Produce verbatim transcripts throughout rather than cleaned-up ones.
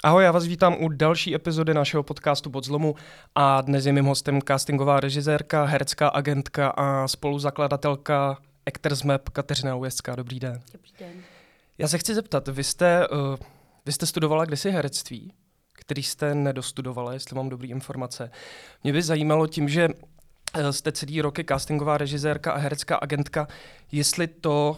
Ahoj, já vás vítám u další epizody našeho podcastu Bod zlomu a dnes je mým hostem castingová režisérka, herecká agentka a spoluzakladatelka Actors Map Kateřina Ujezdská. Dobrý den. Dobrý den. Já se chci zeptat, vy jste, uh, vy jste studovala kdysi herectví, který jste nedostudovala, jestli mám dobrý informace. Mě by zajímalo tím, že uh, jste celý roky castingová režisérka a herecká agentka, jestli to,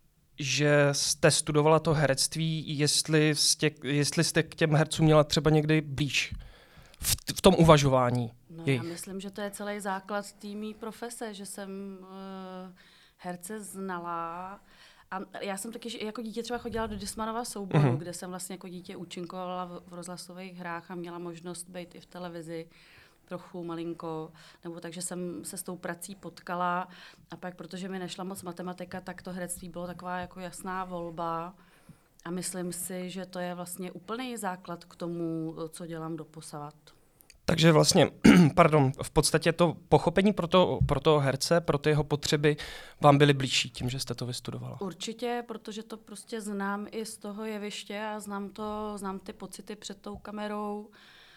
že jste studovala to herectví, jestli jste, jestli jste k těm hercům měla třeba někdy blíž v, t- v tom uvažování. No, jejich. já myslím, že to je celý základ té mý profese, že jsem uh, herce znala. A já jsem taky jako dítě třeba chodila do Dismanova souboru, mm-hmm. kde jsem vlastně jako dítě účinkovala v, v rozhlasových hrách a měla možnost být i v televizi trochu malinko, nebo takže jsem se s tou prací potkala a pak, protože mi nešla moc matematika, tak to herectví bylo taková jako jasná volba a myslím si, že to je vlastně úplný základ k tomu, co dělám doposavat. Takže vlastně, pardon, v podstatě to pochopení pro to, pro toho herce, pro ty jeho potřeby vám byly blížší tím, že jste to vystudovala. Určitě, protože to prostě znám i z toho jeviště a znám to, znám ty pocity před tou kamerou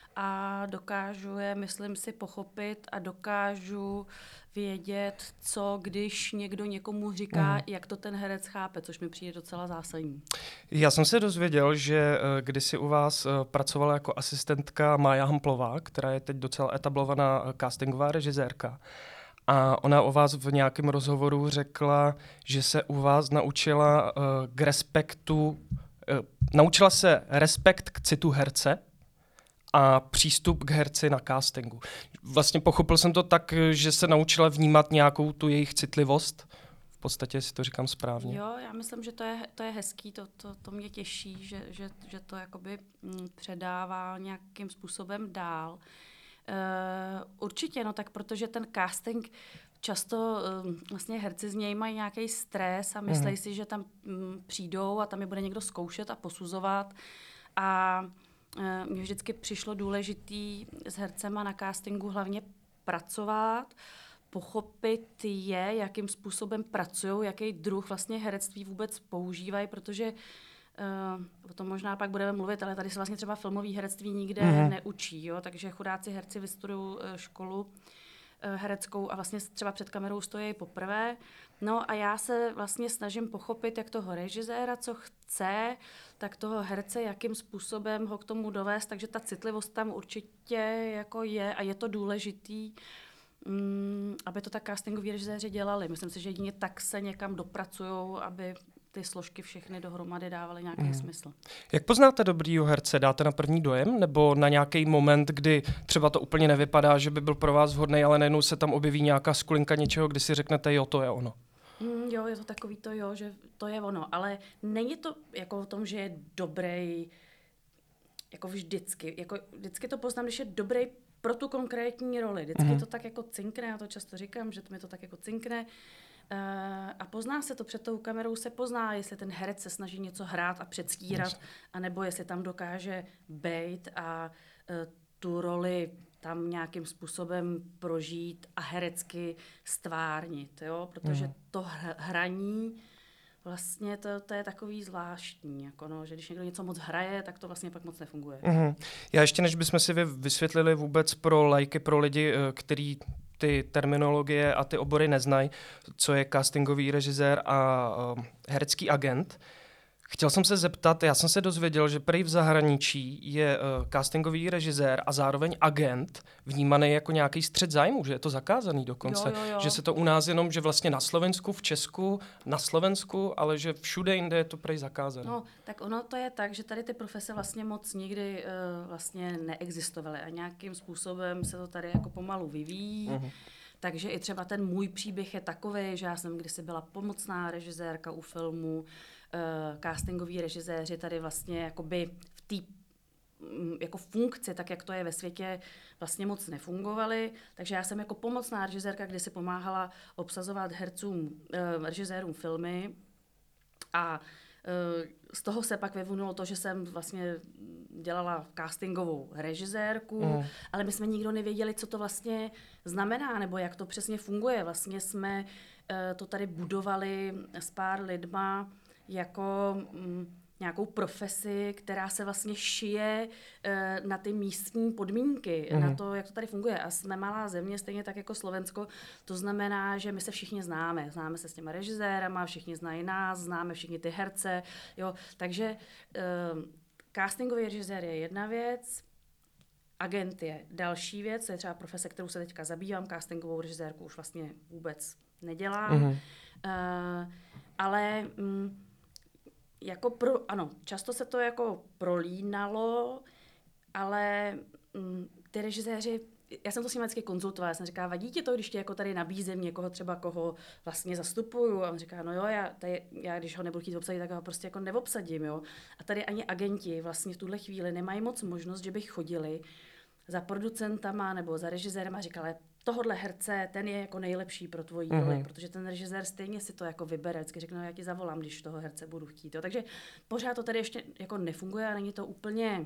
a dokážu je, myslím si, pochopit a dokážu vědět, co když někdo někomu říká, mm. jak to ten herec chápe, což mi přijde docela zásadní. Já jsem se dozvěděl, že kdysi u vás pracovala jako asistentka Mája Hamplová, která je teď docela etablovaná castingová režisérka. A ona o vás v nějakém rozhovoru řekla, že se u vás naučila uh, k respektu, uh, naučila se respekt k citu herce a přístup k herci na castingu. Vlastně pochopil jsem to tak, že se naučila vnímat nějakou tu jejich citlivost. V podstatě si to říkám správně. Jo, já myslím, že to je, to je hezký, to, to, to mě těší, že, že, že to jakoby m, předává nějakým způsobem dál. E, určitě, no tak protože ten casting často um, vlastně herci z něj mají nějaký stres a myslí mm. si, že tam m, přijdou a tam je bude někdo zkoušet a posuzovat a mně vždycky přišlo důležitý s hercema na castingu hlavně pracovat, pochopit je, jakým způsobem pracují, jaký druh vlastně herectví vůbec používají, protože uh, o tom možná pak budeme mluvit, ale tady se vlastně třeba filmový herectví nikde mm. neučí, jo? Takže chudáci herci vystudují uh, školu uh, hereckou a vlastně třeba před kamerou stojí poprvé. No a já se vlastně snažím pochopit, jak toho režiséra, co chce, tak toho herce, jakým způsobem ho k tomu dovést, takže ta citlivost tam určitě jako je a je to důležitý, mm, aby to tak castingoví režiséři dělali. Myslím si, že jedině tak se někam dopracujou, aby ty složky všechny dohromady dávaly nějaký mm. smysl. Jak poznáte dobrýho herce? Dáte na první dojem? Nebo na nějaký moment, kdy třeba to úplně nevypadá, že by byl pro vás vhodný, ale najednou se tam objeví nějaká skulinka něčeho, kdy si řeknete, jo, to je ono? Mm, jo, je to takový to jo, že to je ono, ale není to jako o tom, že je dobrý jako vždycky. Jako vždycky to poznám, když je dobrý pro tu konkrétní roli. Vždycky mm. to tak jako cinkne, já to často říkám, že to mi to tak jako cinkne. Uh, a pozná se to před tou kamerou, se pozná, jestli ten herec se snaží něco hrát a předstírat, anebo jestli tam dokáže bejt a uh, tu roli tam nějakým způsobem prožít a herecky stvárnit, jo? Protože mm. to hr- hraní vlastně to, to je takový zvláštní, jako no, že když někdo něco moc hraje, tak to vlastně pak moc nefunguje. Mm. Já ještě, než bychom si vysvětlili vůbec pro lajky, pro lidi, který ty terminologie a ty obory neznají, co je castingový režisér a uh, herecký agent. Chtěl jsem se zeptat, já jsem se dozvěděl, že prý v zahraničí je uh, castingový režisér a zároveň agent vnímaný jako nějaký střet zájmu, že je to zakázaný dokonce. Jo, jo, jo. Že se to u nás jenom, že vlastně na Slovensku, v Česku, na Slovensku, ale že všude jinde je to prý zakázané. No, tak ono to je tak, že tady ty profese vlastně moc nikdy uh, vlastně neexistovaly a nějakým způsobem se to tady jako pomalu vyvíjí. Uh-huh. Takže i třeba ten můj příběh je takový, že já jsem kdysi byla pomocná režisérka u filmu, uh, castingoví režiséři tady vlastně jakoby v té um, jako funkci, tak jak to je ve světě, vlastně moc nefungovaly. Takže já jsem jako pomocná režisérka kdysi pomáhala obsazovat hercům, uh, režisérům filmy a z toho se pak vyvinulo to, že jsem vlastně dělala castingovou režisérku, mm. ale my jsme nikdo nevěděli, co to vlastně znamená, nebo jak to přesně funguje. Vlastně jsme to tady budovali s pár lidma jako nějakou profesi, která se vlastně šije uh, na ty místní podmínky, mm. na to, jak to tady funguje. A jsme malá země, stejně tak jako Slovensko, to znamená, že my se všichni známe. Známe se s těma režisérama, všichni znají nás, známe všichni ty herce, jo, takže uh, castingový režisér je jedna věc, agent je další věc, to je třeba profese, kterou se teďka zabývám, castingovou režisérku už vlastně vůbec nedělám. Mm-hmm. Uh, ale mm, jako pro, ano, často se to jako prolínalo, ale mm, ty režiséři, já jsem to s ním vždycky konzultovala, já jsem říkala, vadí ti to, když ti jako tady nabízím někoho třeba, koho vlastně zastupuju, a on říká, no jo, já, tady, já když ho nebudu chtít obsadit, tak ho prostě jako neobsadím, jo. A tady ani agenti vlastně v tuhle chvíli nemají moc možnost, že by chodili za producentama nebo za režisérem a říkali, tohodle herce, ten je jako nejlepší pro tvoji mm-hmm. roli, protože ten režisér stejně si to jako vybere, vždycky řekne, no já ti zavolám, když toho herce budu chtít. Jo. Takže pořád to tady ještě jako nefunguje a není to úplně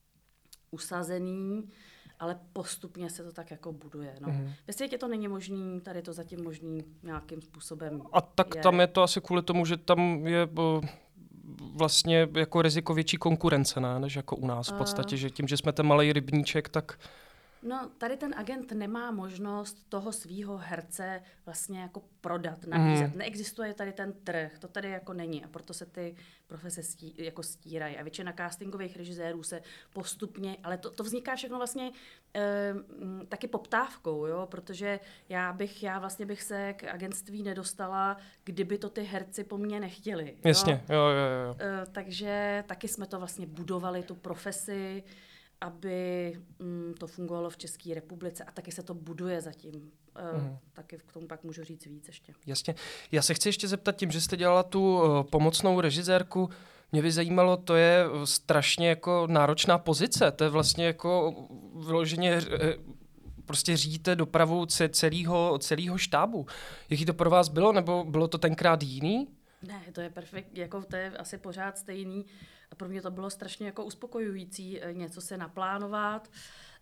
usazený, ale postupně se to tak jako buduje. No. Mm-hmm. Ve světě to není možný, tady to zatím možný nějakým způsobem A tak je. Tam je to asi kvůli tomu, že tam je bo, vlastně jako riziko větší konkurence, ne? Než jako u nás v podstatě, uh... že tím, že jsme ten malej rybníček, tak... No, tady ten agent nemá možnost toho svýho herce vlastně jako prodat, nabízet. Mm. Neexistuje tady ten trh, to tady jako není a proto se ty profese stí, jako stírají. A většina castingových režisérů se postupně, ale to, to vzniká všechno vlastně e, m, taky poptávkou, jo? Protože já bych, já vlastně bych se k agentství nedostala, kdyby to ty herci po mně nechtěli. Jasně, jo, jo, jo. E, takže taky jsme to vlastně budovali, tu profesi, aby mm, to fungovalo v České republice a taky se to buduje zatím. E, mm. Taky k tomu pak můžu říct víc ještě. Jasně. Já se chci ještě zeptat tím, že jste dělala tu uh, pomocnou režisérku, mě by zajímalo, to je strašně jako náročná pozice, to je vlastně jako vyloženě uh, prostě řídíte dopravu celého, celého štábu. Jaký to pro vás bylo, nebo bylo to tenkrát jiný? Ne, to je perfekt, jako to je asi pořád stejný. A pro mě to bylo strašně jako uspokojující něco se naplánovat,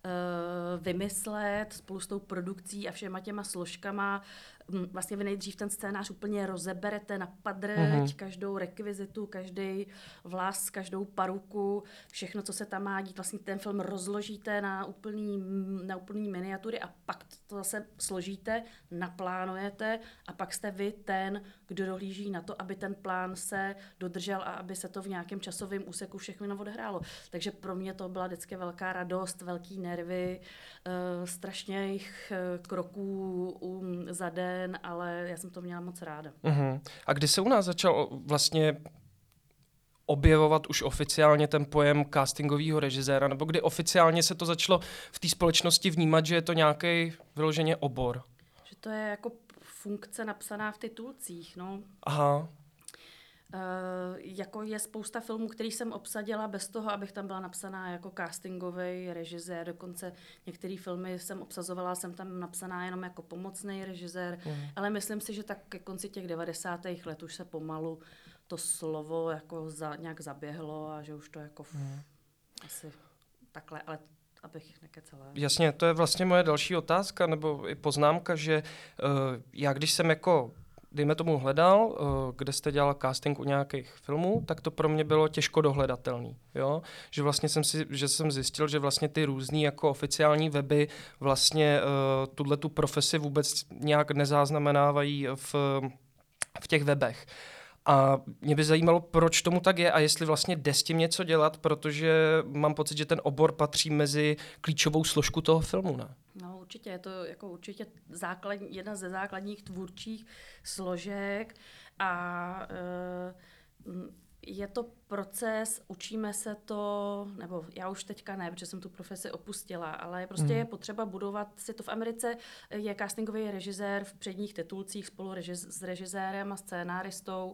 vymyslet spolu s tou produkcí a všema těma složkama. Vlastně vy nejdřív ten scénář úplně rozeberete na padrť, mm-hmm. každou rekvizitu, každý vlas, každou paruku, všechno, co se tam má dít. Vlastně ten film rozložíte na úplný, na úplný miniatury a pak to zase složíte, naplánujete a pak jste vy ten, kdo dohlíží na to, aby ten plán se dodržel a aby se to v nějakém časovém úseku všechno odehrálo. Takže pro mě to byla vždycky velká radost, velký nervy, uh, strašných uh, kroků um, za den, ale já jsem to měla moc ráda. Uh-huh. A kdy se u nás začal vlastně objevovat už oficiálně ten pojem castingového režiséra, nebo kdy oficiálně se to začalo v té společnosti vnímat, že je to nějaký vyloženě obor? Že to je jako funkce napsaná v titulcích, no. Aha. Uh, jako je spousta filmů, který jsem obsadila bez toho, abych tam byla napsaná jako castingový režisér. Dokonce některé filmy jsem obsazovala, jsem tam napsaná jenom jako pomocný režisér, mm. ale myslím si, že tak ke konci těch devadesátých let už se pomalu to slovo jako za, nějak zaběhlo a že už to jako mm. asi takhle, ale abych nekecala. Jasně, to je vlastně moje další otázka, nebo i poznámka, že uh, já když jsem jako dejme tomu hledal, kde jste dělala casting u nějakých filmů, tak to pro mě bylo těžko dohledatelný. Jo? Že vlastně jsem si, že jsem zjistil, že vlastně ty různý jako oficiální weby vlastně uh, tuhletu profesi vůbec nějak nezáznamenávají v, v těch webech. A mě by zajímalo, proč tomu tak je a jestli vlastně jde s tím něco dělat, protože mám pocit, že ten obor patří mezi klíčovou složku toho filmu, ne? No určitě, je to jako určitě základ, jedna ze základních tvůrčích složek a e, je to proces, učíme se to, nebo já už teďka ne, protože jsem tu profesi opustila, ale prostě mm. je potřeba budovat si to. V Americe je castingový režisér v předních titulcích spolu režiz, s režisérem a scénáristou.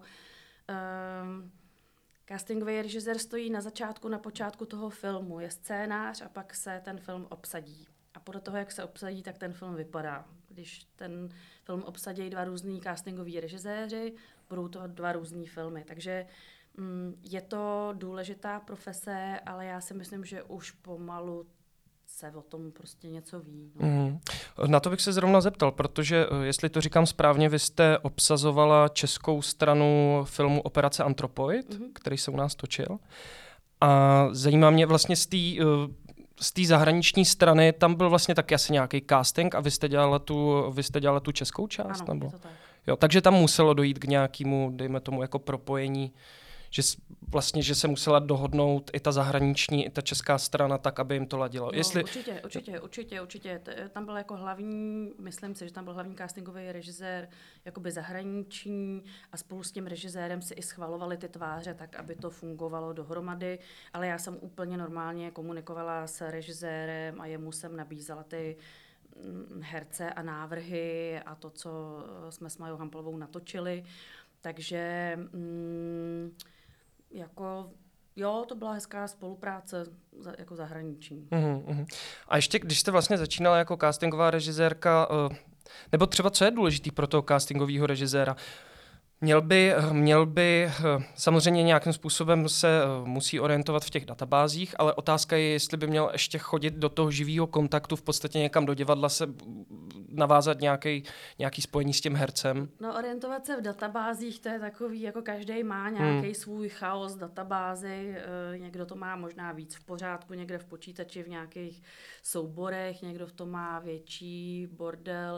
Um, castingový režisér stojí na začátku, na počátku toho filmu. Je scénář a pak se ten film obsadí. A podle toho, jak se obsadí, tak ten film vypadá. Když ten film obsadí dva různý castingoví režiséři, budou to dva různý filmy. Takže mm, je to důležitá profese, ale já si myslím, že už pomalu se o tom prostě něco ví. No. Mm. Na to bych se zrovna zeptal, protože jestli to říkám správně, vy jste obsazovala českou stranu filmu Operace Antropoid, mm-hmm. který se u nás točil. A zajímá mě vlastně z té z té zahraniční strany, tam byl vlastně taky asi nějaký casting a vy jste dělala tu, vy jste dělala tu českou část? Ano, nebo? je to tak. Jo, takže tam muselo dojít k nějakému, dejme tomu, jako propojení, že vlastně, že se musela dohodnout i ta zahraniční, i ta česká strana tak, aby jim to ladilo. Jo, Jestli... Určitě, určitě, určitě, určitě. Tam byl jako hlavní, myslím si, že tam byl hlavní castingový režisér jakoby zahraniční a spolu s tím režisérem si i schvalovali ty tváře tak, aby to fungovalo dohromady, ale já jsem úplně normálně komunikovala s režisérem a jemu jsem nabízela ty herce a návrhy a to, co jsme s Majou Hamplovou natočili. Takže mm, jako jo, to byla hezká spolupráce za, jako zahraniční. Uhum. A ještě, když jste vlastně začínala jako castingová režisérka, nebo třeba co je důležitý pro toho castingového režiséra? Měl by, měl by, samozřejmě nějakým způsobem se musí orientovat v těch databázích, ale otázka je, jestli by měl ještě chodit do toho živého kontaktu, v podstatě někam do divadla se navázat nějaký, nějaký spojení s tím hercem. No orientovat se v databázích, to je takový, jako každý má nějaký hmm. svůj chaos databázy, někdo to má možná víc v pořádku, někde v počítači, v nějakých souborech, někdo v tom má větší bordel.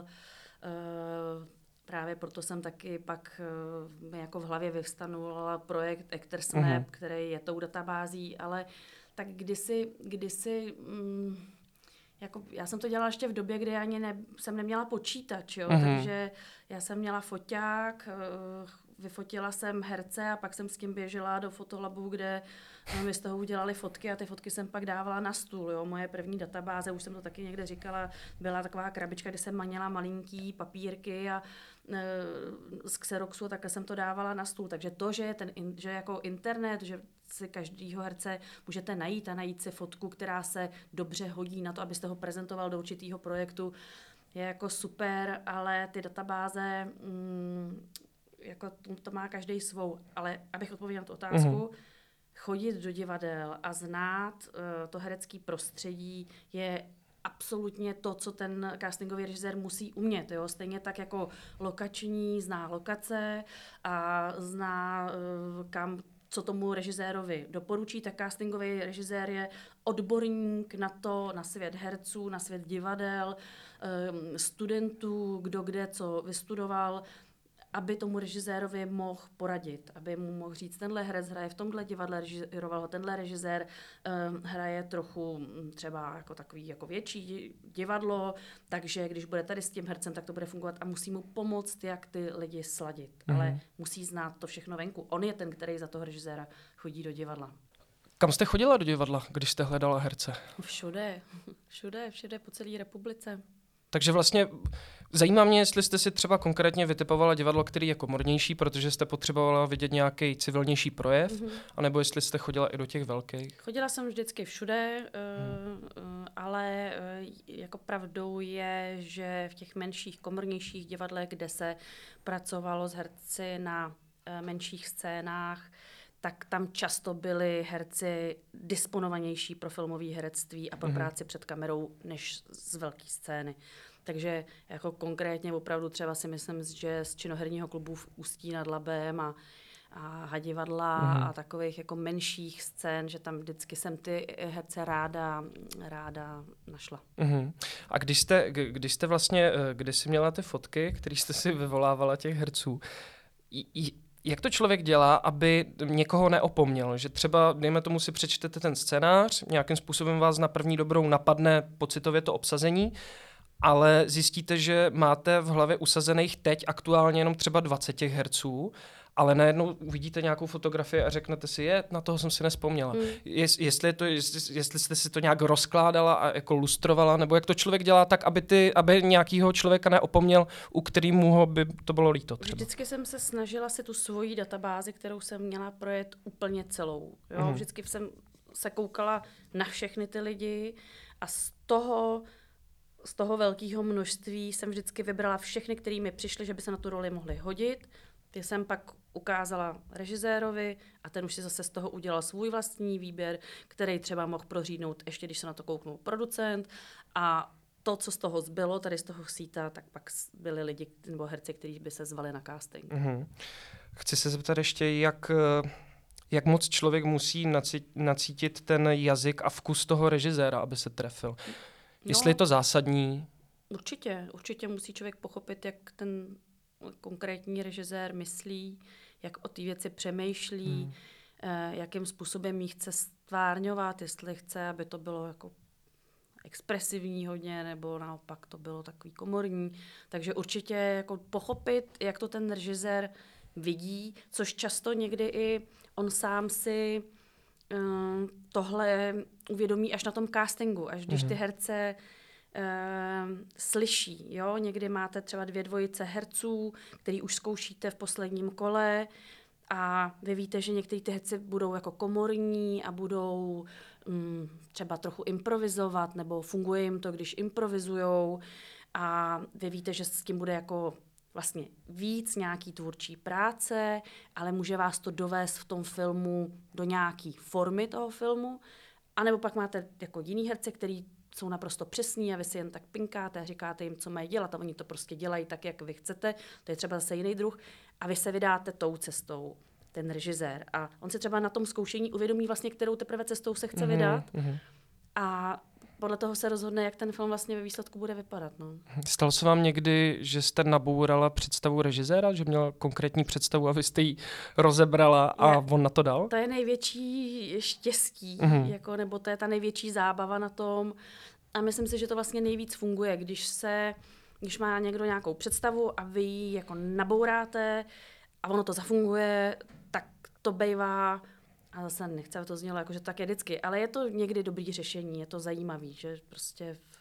Právě proto jsem taky pak mi jako v hlavě vyvstanul projekt ActorSnap, mm-hmm. který je tou databází, ale tak kdysi, kdysi mm, jako já jsem to dělala ještě v době, kdy ani ne, jsem neměla počítač, jo? Mm-hmm. Takže já jsem měla foťák, vyfotila jsem herce a pak jsem s tím běžela do fotolabu, kde mi z toho udělali fotky a ty fotky jsem pak dávala na stůl. Jo. Moje první databáze, už jsem to taky někde říkala, byla taková krabička, kde jsem manila malinký papírky a e, z Xeroxu, takhle jsem to dávala na stůl. Takže to, že je ten, že jako internet, že si každýho herce můžete najít a najít si fotku, která se dobře hodí na to, abyste ho prezentoval do určitého projektu, je jako super, ale ty databáze, mm, jako to, to má každý svou. Ale abych odpověděla na tu otázku, mm-hmm. chodit do divadel a znát uh, to herecké prostředí je absolutně to, co ten castingový režisér musí umět. Jo? Stejně tak jako lokační zná lokace a zná uh, kam, co tomu režisérovi doporučí, tak castingový režisér je odborník na to, na svět herců, na svět divadel, um, studentů, kdo kde co vystudoval, aby tomu režisérovi mohl poradit, aby mu mohl říct, tenhle herec hraje v tomhle divadle, režíroval ho tenhle režisér, um, hraje trochu třeba jako takový jako větší divadlo, takže když bude tady s tím hercem, tak to bude fungovat a musí mu pomoct, jak ty lidi sladit. Mm-hmm. Ale musí znát to všechno venku. On je ten, který za toho režiséra chodí do divadla. Kam jste chodila do divadla, když jste hledala herce? Všude, všude, všude po celé republice. Takže vlastně zajímá mě, jestli jste si třeba konkrétně vytipovala divadlo, který je komornější, protože jste potřebovala vidět nějaký civilnější projev, mm-hmm. anebo jestli jste chodila i do těch velkých? Chodila jsem vždycky všude, hmm. ale jako pravdou je, že v těch menších, komornějších divadlech, kde se pracovalo s herci na menších scénách, tak tam často byli herci disponovanější pro filmové herectví a pro mm-hmm. práci před kamerou než z velké scény. Takže jako konkrétně opravdu třeba si myslím, že z činoherního klubu v Ústí nad Labem a, a Hadivadla mm-hmm. a takových jako menších scén, že tam vždycky jsem ty herce ráda, ráda našla. Mm-hmm. A když jste, když jste vlastně, když jsi měla ty fotky, které jste si vyvolávala těch herců, j- jak to člověk dělá, aby někoho neopomněl? Že třeba, dejme tomu, si přečtete ten scénář, nějakým způsobem vás na první dobrou napadne pocitově to obsazení, ale zjistíte, že máte v hlavě usazených teď aktuálně jenom třeba dvacet těch herců, ale najednou uvidíte nějakou fotografii a řeknete si, je, na toho jsem si nespomněla. Hmm. Jest, jestli, to, jestli, jestli jste si to nějak rozkládala a jako lustrovala, nebo jak to člověk dělá tak, aby, ty, aby nějakýho člověka neopomněl, u kterýmu by to bylo líto třeba. Vždycky jsem se snažila si tu svoji databázi, kterou jsem měla projet úplně celou. Jo? Hmm. Vždycky jsem se koukala na všechny ty lidi a z toho z toho velkého množství jsem vždycky vybrala všechny, který mi přišli, že by se na tu roli mohli hodit. Ty jsem pak ukázala režisérovi a ten už si zase z toho udělal svůj vlastní výběr, který třeba mohl prořídnout, ještě když se na to kouknul producent. A to, co z toho zbylo, tady z toho síta, tak pak byli lidi nebo herci, kteří by se zvali na casting. Mm-hmm. Chci se zeptat ještě, jak, jak moc člověk musí nacítit ten jazyk a vkus toho režiséra, aby se trefil. No, jestli je to zásadní? Určitě. Určitě musí člověk pochopit, jak ten konkrétní režisér myslí, jak o té věci přemýšlí, hmm. eh, jakým způsobem jí chce stvárňovat, jestli chce, aby to bylo jako expresivní hodně, nebo naopak to bylo takový komorní. Takže určitě jako pochopit, jak to ten režisér vidí, což často někdy i on sám si um, tohle uvědomí až na tom castingu, až když ty herce uh, slyší. Jo? Někdy máte třeba dvě dvojice herců, který už zkoušíte v posledním kole a vy víte, že některý ty herci budou jako komorní a budou um, třeba trochu improvizovat, nebo funguje jim to, když improvizujou a vy víte, že s tím bude jako vlastně víc nějaký tvůrčí práce, ale může vás to dovést v tom filmu do nějaký formy toho filmu. A nebo pak máte jako jiný herce, který jsou naprosto přesní a vy si jen tak pinkáte a říkáte jim, co mají dělat a oni to prostě dělají tak, jak vy chcete. To je třeba zase jiný druh. A vy se vydáte tou cestou, ten režisér. A on se třeba na tom zkoušení uvědomí vlastně, kterou teprve cestou se chce mm-hmm, vydat. Mm-hmm. A podle toho se rozhodne, jak ten film vlastně ve výsledku bude vypadat. No. Stalo se vám někdy, že jste nabourala představu režiséra, že měla konkrétní představu a vy jste ji rozebrala a je, on na to dal? To je největší štěstí, mm-hmm. jako, nebo to je ta největší zábava na tom. A myslím si, že to vlastně nejvíc funguje, když se, když má někdo nějakou představu a vy ji jako nabouráte a ono to zafunguje, tak to bejvá. A zase nechci, aby to znělo jako, že tak je vždycky, ale je to někdy dobrý řešení, je to zajímavý, že prostě v...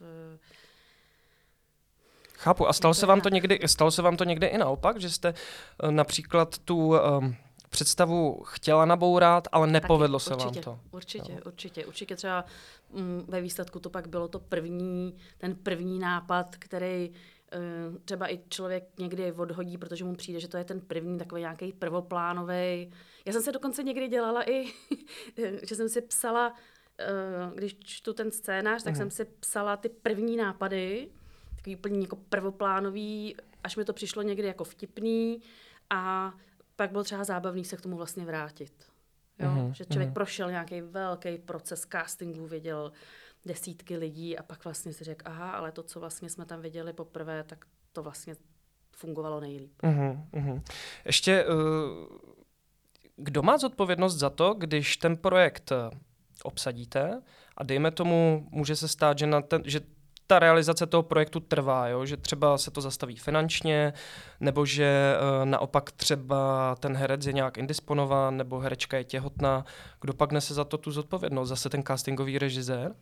Chápu. A stalo se vám to někdy, stalo se vám to někdy i naopak, že jste uh, například tu um, představu chtěla nabourat, ale nepovedlo Taky, se určitě, vám to? Určitě, no. určitě. Určitě třeba um, ve výsledku to pak bylo to první, ten první nápad, který uh, třeba i člověk někdy odhodí, protože mu přijde, že to je ten první takový nějaký prvoplánový. Já jsem se dokonce někdy dělala i, že jsem si psala, když čtu ten scénář, tak mm. jsem si psala ty první nápady, takový úplně jako prvoplánový, až mi to přišlo někdy jako vtipný a pak bylo třeba zábavný se k tomu vlastně vrátit. Jo? Mm. Že člověk mm. prošel nějaký velký proces castingu, viděl desítky lidí a pak vlastně si řekl, aha, ale to, co vlastně jsme tam viděli poprvé, tak to vlastně fungovalo nejlíp. Mm. Mm. Ještě... Uh... Kdo má zodpovědnost za to, když ten projekt obsadíte a dejme tomu, může se stát, že, na ten, že ta realizace toho projektu trvá, jo? Že třeba se to zastaví finančně, nebo že uh, naopak třeba ten herec je nějak indisponován, nebo herečka je těhotná. Kdo pak nese za to tu zodpovědnost? Zase ten castingový režisér?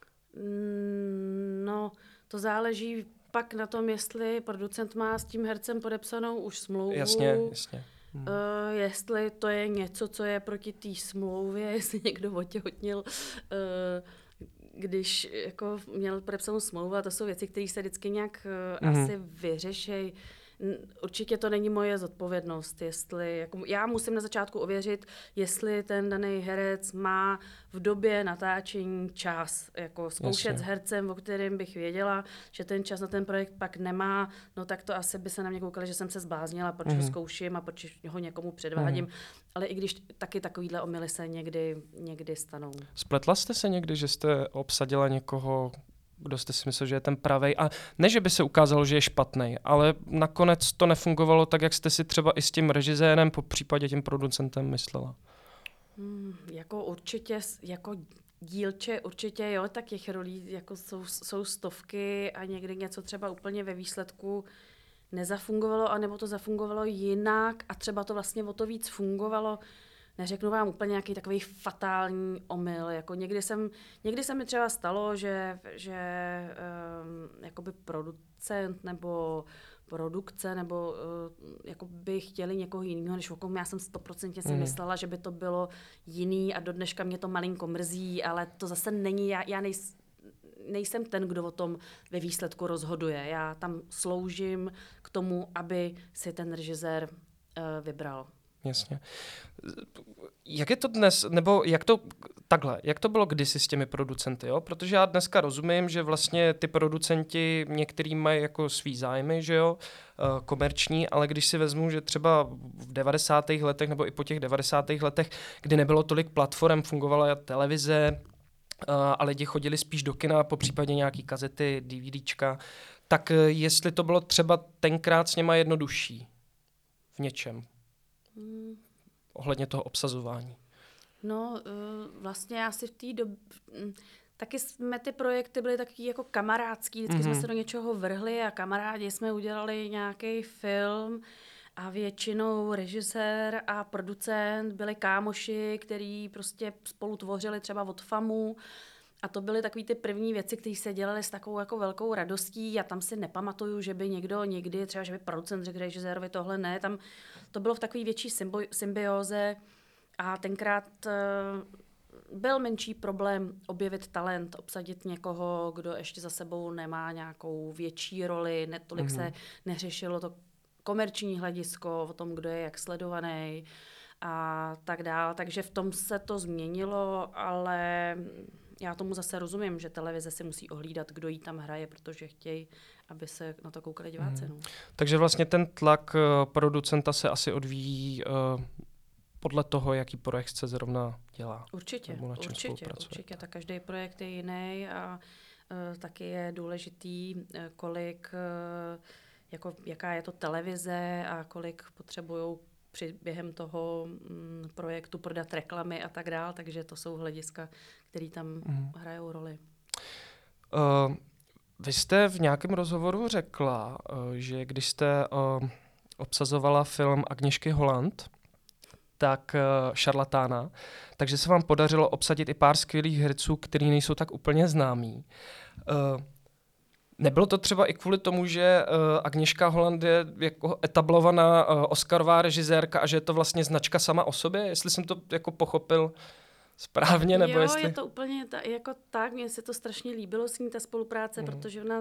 Mm, no, to záleží pak na tom, jestli producent má s tím hercem podepsanou už smlouvu. Jasně, jasně. Hmm. Uh, jestli to je něco, co je proti té smlouvě, jestli někdo otěhotnil, uh, když jako měl podepsanou smlouvu, a to jsou věci, které se vždycky nějak uh, hmm. asi vyřešejí. Určitě to není moje zodpovědnost, jestli, jako já musím na začátku ověřit, jestli ten daný herec má v době natáčení čas, jako zkoušet Jasně. s hercem, o kterém bych věděla, že ten čas na ten projekt pak nemá, no tak to asi by se na mě koukali, že jsem se zbláznila, proč mm. ho zkouším a proč ho někomu předvádím, mm. ale i když taky takovýhle omyly se někdy, někdy stanou. Spletla jste se někdy, že jste obsadila někoho, kdo jste si myslel, že je ten pravej. A ne, že by se ukázalo, že je špatný, ale nakonec to nefungovalo tak, jak jste si třeba i s tím režisérem, po případě tím producentem myslela. Hmm, jako určitě, jako dílče určitě, jo, tak těch rolí jako jsou, jsou stovky a někdy něco třeba úplně ve výsledku nezafungovalo, anebo to zafungovalo jinak a třeba to vlastně o to víc fungovalo. Neřeknu vám úplně nějaký takový fatální omyl. Jako někdy, jsem, někdy se mi třeba stalo, že, že um, jakoby producent nebo produkce nebo uh, jako by chtěli někoho jiného, než o kom já jsem stoprocentně si mm. myslela, že by to bylo jiný a do dneška mě to malinko mrzí, ale to zase není, já, já nejs, nejsem ten, kdo o tom ve výsledku rozhoduje. Já tam sloužím k tomu, aby si ten režisér vybral. Jasně. Jak je to dnes, nebo jak to takhle, jak to bylo kdysi s těmi producenty, jo? Protože já dneska rozumím, že vlastně ty producenti některý mají jako svý zájmy, že jo, komerční, ale když si vezmu, že třeba v devadesátých letech nebo i po těch devadesátých letech, kdy nebylo tolik platform, fungovala televize a lidi chodili spíš do kina, po případě nějaký kazety, DVDčka, tak jestli to bylo třeba tenkrát s něma jednodušší v něčem. Hmm. Ohledně toho obsazování. No, vlastně já si v té době... Taky jsme ty projekty byly taky jako kamarádský, vždycky mm-hmm. jsme se do něčeho vrhli a kamarádi jsme udělali nějaký film a většinou režisér a producent byli kámoši, který prostě spolu tvořili třeba od FAMu. A to byly takové ty první věci, které se dělaly s takovou jako velkou radostí. A tam si nepamatuju, že by někdo někdy, třeba že by producent řekl režisérovi tohle ne. Tam to bylo v takové větší symbi- symbióze a tenkrát uh, byl menší problém objevit talent, obsadit někoho, kdo ještě za sebou nemá nějakou větší roli. Netolik mm-hmm. se neřešilo to komerční hledisko o tom, kdo je jak sledovaný a tak dále. Takže v tom se to změnilo, ale... Já tomu zase rozumím, že televize si musí ohlídat, kdo jí tam hraje, protože chtějí, aby se na to koukali diváci. Hmm. No. Takže vlastně ten tlak uh, producenta se asi odvíjí uh, podle toho, jaký projekt se zrovna dělá. Určitě, určitě, určitě. Tak každý projekt je jiný a uh, taky je důležitý, uh, kolik, uh, jako, jaká je to televize a kolik potřebujou při během toho mm, projektu prodat reklamy a tak dál, takže to jsou hlediska, které tam mm. hrajou roli. Uh, vy jste v nějakém rozhovoru řekla, uh, že když jste uh, obsazovala film Agněšky Holland, tak uh, Šarlatána, takže se vám podařilo obsadit i pár skvělých herců, kteří nejsou tak úplně známí. Uh, Nebylo to třeba i kvůli tomu, že uh, Agněška Holland je jako etablovaná uh, oscarová režisérka a že je to vlastně značka sama o sobě? Jestli jsem to jako pochopil správně, nebo jo, jestli... Jo, je to úplně ta, jako tak, mně se to strašně líbilo s ní ta spolupráce, mm. protože ona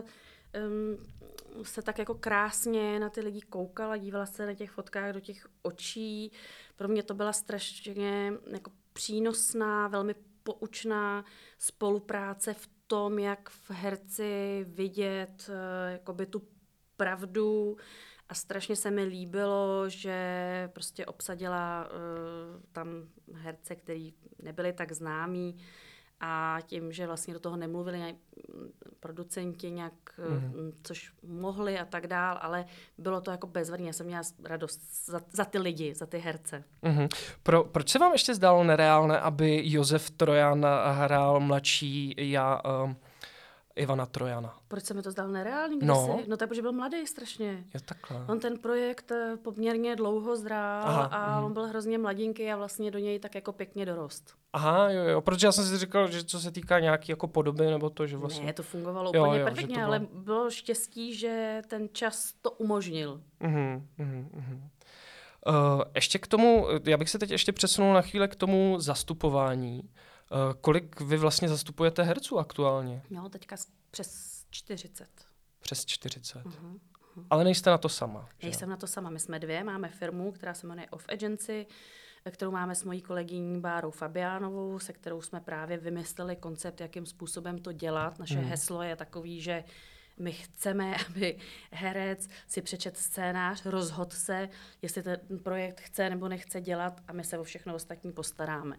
um, se tak jako krásně na ty lidi koukala, dívala se na těch fotkách do těch očí. Pro mě to byla strašně jako přínosná, velmi poučná spolupráce v tom, jak v herci vidět uh, jakoby tu pravdu a strašně se mi líbilo, že prostě obsadila uh, tam herce, který nebyli tak známí a tím, že vlastně do toho nemluvili nějak, producenti nějak, mm-hmm. což mohli a tak dál, ale bylo to jako bezvadný. Já jsem měla radost za, za ty lidi, za ty herce. Mm-hmm. Pro, proč se vám ještě zdálo nereálné, aby Josef Trojan hrál mladší já, um, Ivana Trojana? Proč se mi to zdálo nereálný? No. no tak, protože byl mladý strašně. Je takhle. On ten projekt poměrně dlouho zdrál Aha, a mm. on byl hrozně mladinky a vlastně do něj tak jako pěkně dorost. Aha, jo, jo, protože já jsem si říkal, že co se týká nějaký jako podoby, nebo to, že vlastně... Ne, to fungovalo jo, úplně jo, perfektně, bylo... ale bylo štěstí, že ten čas to umožnil. Uh-huh, uh-huh, uh-huh. Uh, ještě k tomu, já bych se teď ještě přesunul na chvíli k tomu zastupování. Uh, kolik vy vlastně zastupujete herců aktuálně? No, teďka přes čtyřicet. Přes čtyřicet. Uh-huh, uh-huh. Ale nejste na to sama. Nejsem na to sama. My jsme dvě, máme firmu, která se jmenuje Off Agency, kterou máme s mojí kolegyní Bárou Fabiánovou, se kterou jsme právě vymysleli koncept, jakým způsobem to dělat. Naše mm. heslo je takový, že my chceme, aby herec si přečet scénář, rozhodl se, jestli ten projekt chce nebo nechce dělat a my se o všechno ostatní postaráme.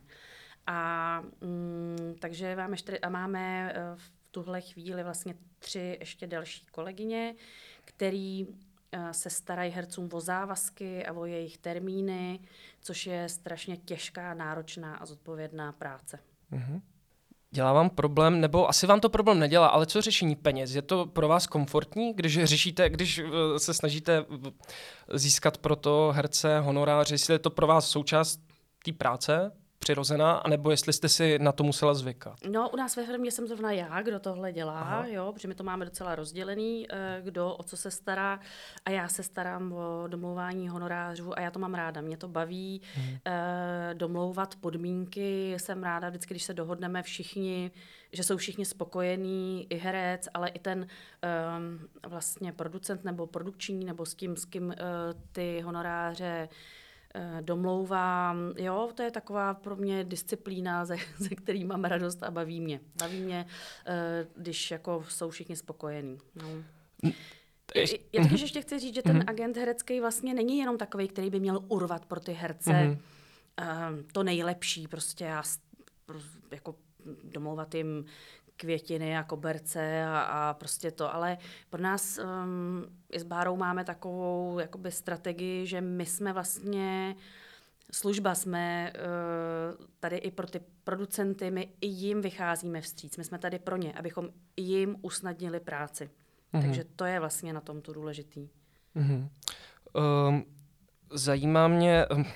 A mm, takže máme, čtyři, a máme v tuhle chvíli vlastně tři ještě další kolegyně, který se starají hercům o závazky a o jejich termíny, což je strašně těžká, náročná a zodpovědná práce. Mm-hmm. Dělá vám problém, nebo asi vám to problém nedělá, ale co řešení peněz? Je to pro vás komfortní, když řešíte, když se snažíte získat pro to herce honorář, jestli je to pro vás součást té práce? přirozená, anebo jestli jste si na to musela zvykat? No, u nás ve firmě jsem zrovna já, kdo tohle dělá, Aha. jo, protože my to máme docela rozdělený, eh, kdo o co se stará a já se starám o domlouvání honorářů a já to mám ráda, mě to baví hmm. eh, domlouvat podmínky, jsem ráda vždycky, když se dohodneme všichni, že jsou všichni spokojení, i herec, ale i ten um, vlastně producent nebo produkční, nebo s tím, s kým uh, ty honoráře uh, domlouvám. Jo, to je taková pro mě disciplína, ze, ze který mám radost a baví mě. Baví mě, uh, když jako jsou všichni spokojení. No. Já taky ještě chci říct, že ten agent herecký vlastně není jenom takový, který by měl urvat pro ty herce mm-hmm. uh, to nejlepší, prostě a jako domlouvat jim květiny a koberce a, a prostě to, ale pro nás um, i s Bárou máme takovou jakoby strategii, že my jsme vlastně služba, jsme uh, tady i pro ty producenty, my i jim vycházíme vstříc, my jsme tady pro ně, abychom jim usnadnili práci. Mm-hmm. Takže to je vlastně na tom to důležitý. Mm-hmm. Um, zajímá mě... Um...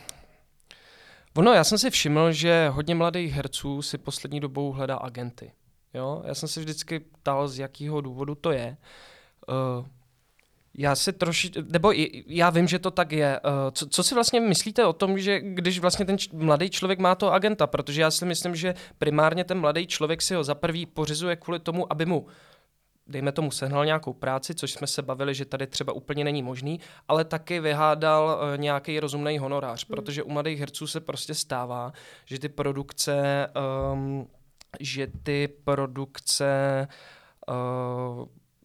Ono, já jsem si všiml, že hodně mladých herců si poslední dobou hledá agenty. Jo? Já jsem si vždycky ptal, z jakého důvodu to je. Uh, já si troši, nebo já vím, že to tak je. Uh, co, co si vlastně myslíte o tom, že když vlastně ten č- mladý člověk má toho agenta? Protože já si myslím, že primárně ten mladý člověk si ho za prvý pořizuje kvůli tomu, aby mu dejme tomu, sehnal nějakou práci, což jsme se bavili, že tady třeba úplně není možný, ale taky vyhádal uh, nějaký rozumný honorář, hmm. protože u mladých herců se prostě stává, že ty produkce, um, že ty produkce uh,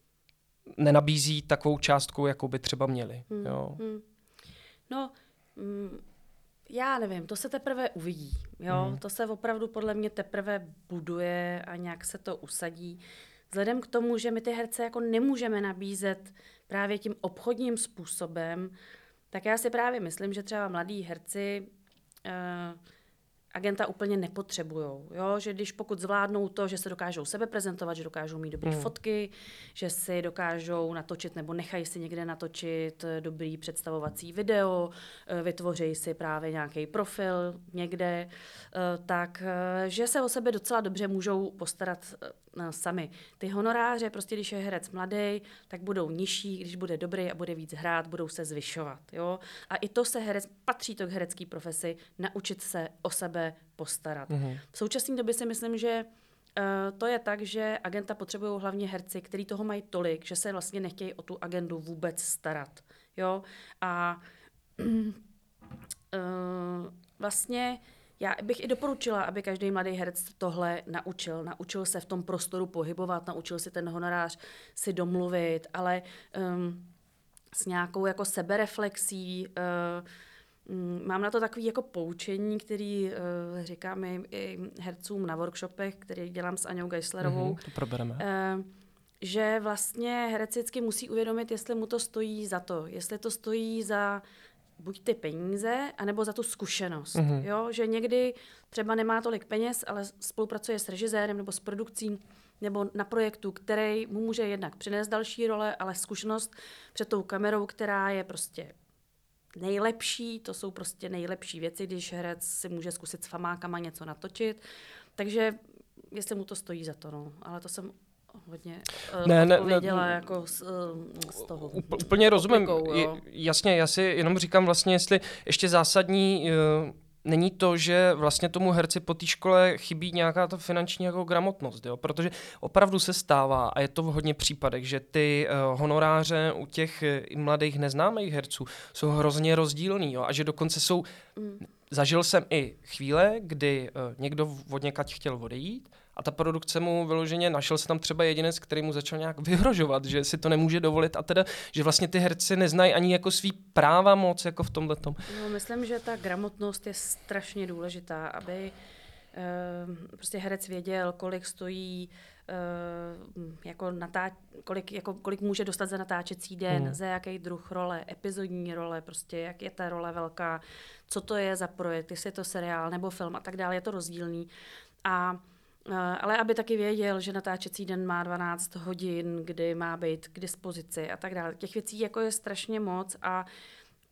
nenabízí takovou částku, jakou by třeba měli. Hmm. Jo. Hmm. No, mm, já nevím, to se teprve uvidí. Jo? Hmm. To se opravdu podle mě teprve buduje a nějak se to usadí. Vzhledem k tomu, že my ty herce jako nemůžeme nabízet právě tím obchodním způsobem, tak já si právě myslím, že třeba mladí herci uh, agenta úplně nepotřebujou. Jo? Že když pokud zvládnou to, že se dokážou sebe prezentovat, že dokážou mít dobré mm. fotky, že si dokážou natočit nebo nechají si někde natočit dobrý představovací video, vytvoří si právě nějaký profil někde, tak že se o sebe docela dobře můžou postarat sami. Ty honoráře, prostě když je herec mladý, tak budou nižší, když bude dobrý a bude víc hrát, budou se zvyšovat. Jo? A i to se herec, patří to k herecké profesi, naučit se o sebe postarat. Mm-hmm. V současné době si myslím, že uh, to je tak, že agenta potřebují hlavně herci, kteří toho mají tolik, že se vlastně nechtějí o tu agendu vůbec starat. Jo? A uh, vlastně já bych i doporučila, aby každý mladý herec tohle naučil. Naučil se v tom prostoru pohybovat, naučil si ten honorář si domluvit, ale um, s nějakou jako sebereflexí. Uh, um, mám na to takový jako poučení, který uh, říkám i, i hercům na workshopech, který dělám s Aňou Geislerovou. Mm-hmm, to probereme. Uh, že vlastně herec vždycky musí uvědomit, jestli mu to stojí za to. Jestli to stojí za buď ty peníze, anebo za tu zkušenost. Mm-hmm. Jo? Že někdy třeba nemá tolik peněz, ale spolupracuje s režisérem nebo s produkcí nebo na projektu, který mu může jednak přinést další role, ale zkušenost před tou kamerou, která je prostě nejlepší, to jsou prostě nejlepší věci, když herec si může zkusit s famákama něco natočit. Takže jestli mu to stojí za to, no. Ale to jsem hodně uh, ne, odpověděla ne, ne, jako z, uh, z toho. Úplně rozumím. Je, jasně, já si jenom říkám vlastně, jestli ještě zásadní uh, není to, že vlastně tomu herci po té škole chybí nějaká ta finanční jako gramotnost, jo? Protože opravdu se stává, a je to v hodně případech, že ty uh, honoráře u těch uh, mladých neznámých herců jsou hrozně rozdílný, jo? A že dokonce jsou... Mm. Zažil jsem i chvíle, kdy uh, někdo od někať chtěl odejít a ta produkce mu vyloženě našel se tam třeba jedinec, který mu začal nějak vyhrožovat, že si to nemůže dovolit a teda, že vlastně ty herci neznají ani jako svý práva moc jako v tomhletom. No, myslím, že ta gramotnost je strašně důležitá, aby uh, prostě herec věděl, kolik stojí uh, jako natá- kolik, jako, kolik může dostat za natáčecí den, hmm. za jaký druh role, epizodní role, prostě jak je ta role velká, co to je za projekt, jestli je to seriál nebo film a tak dále, je to rozdílný. A ale aby taky věděl, že natáčecí den má dvanáct hodin, kdy má být k dispozici a tak dále. Těch věcí jako je strašně moc a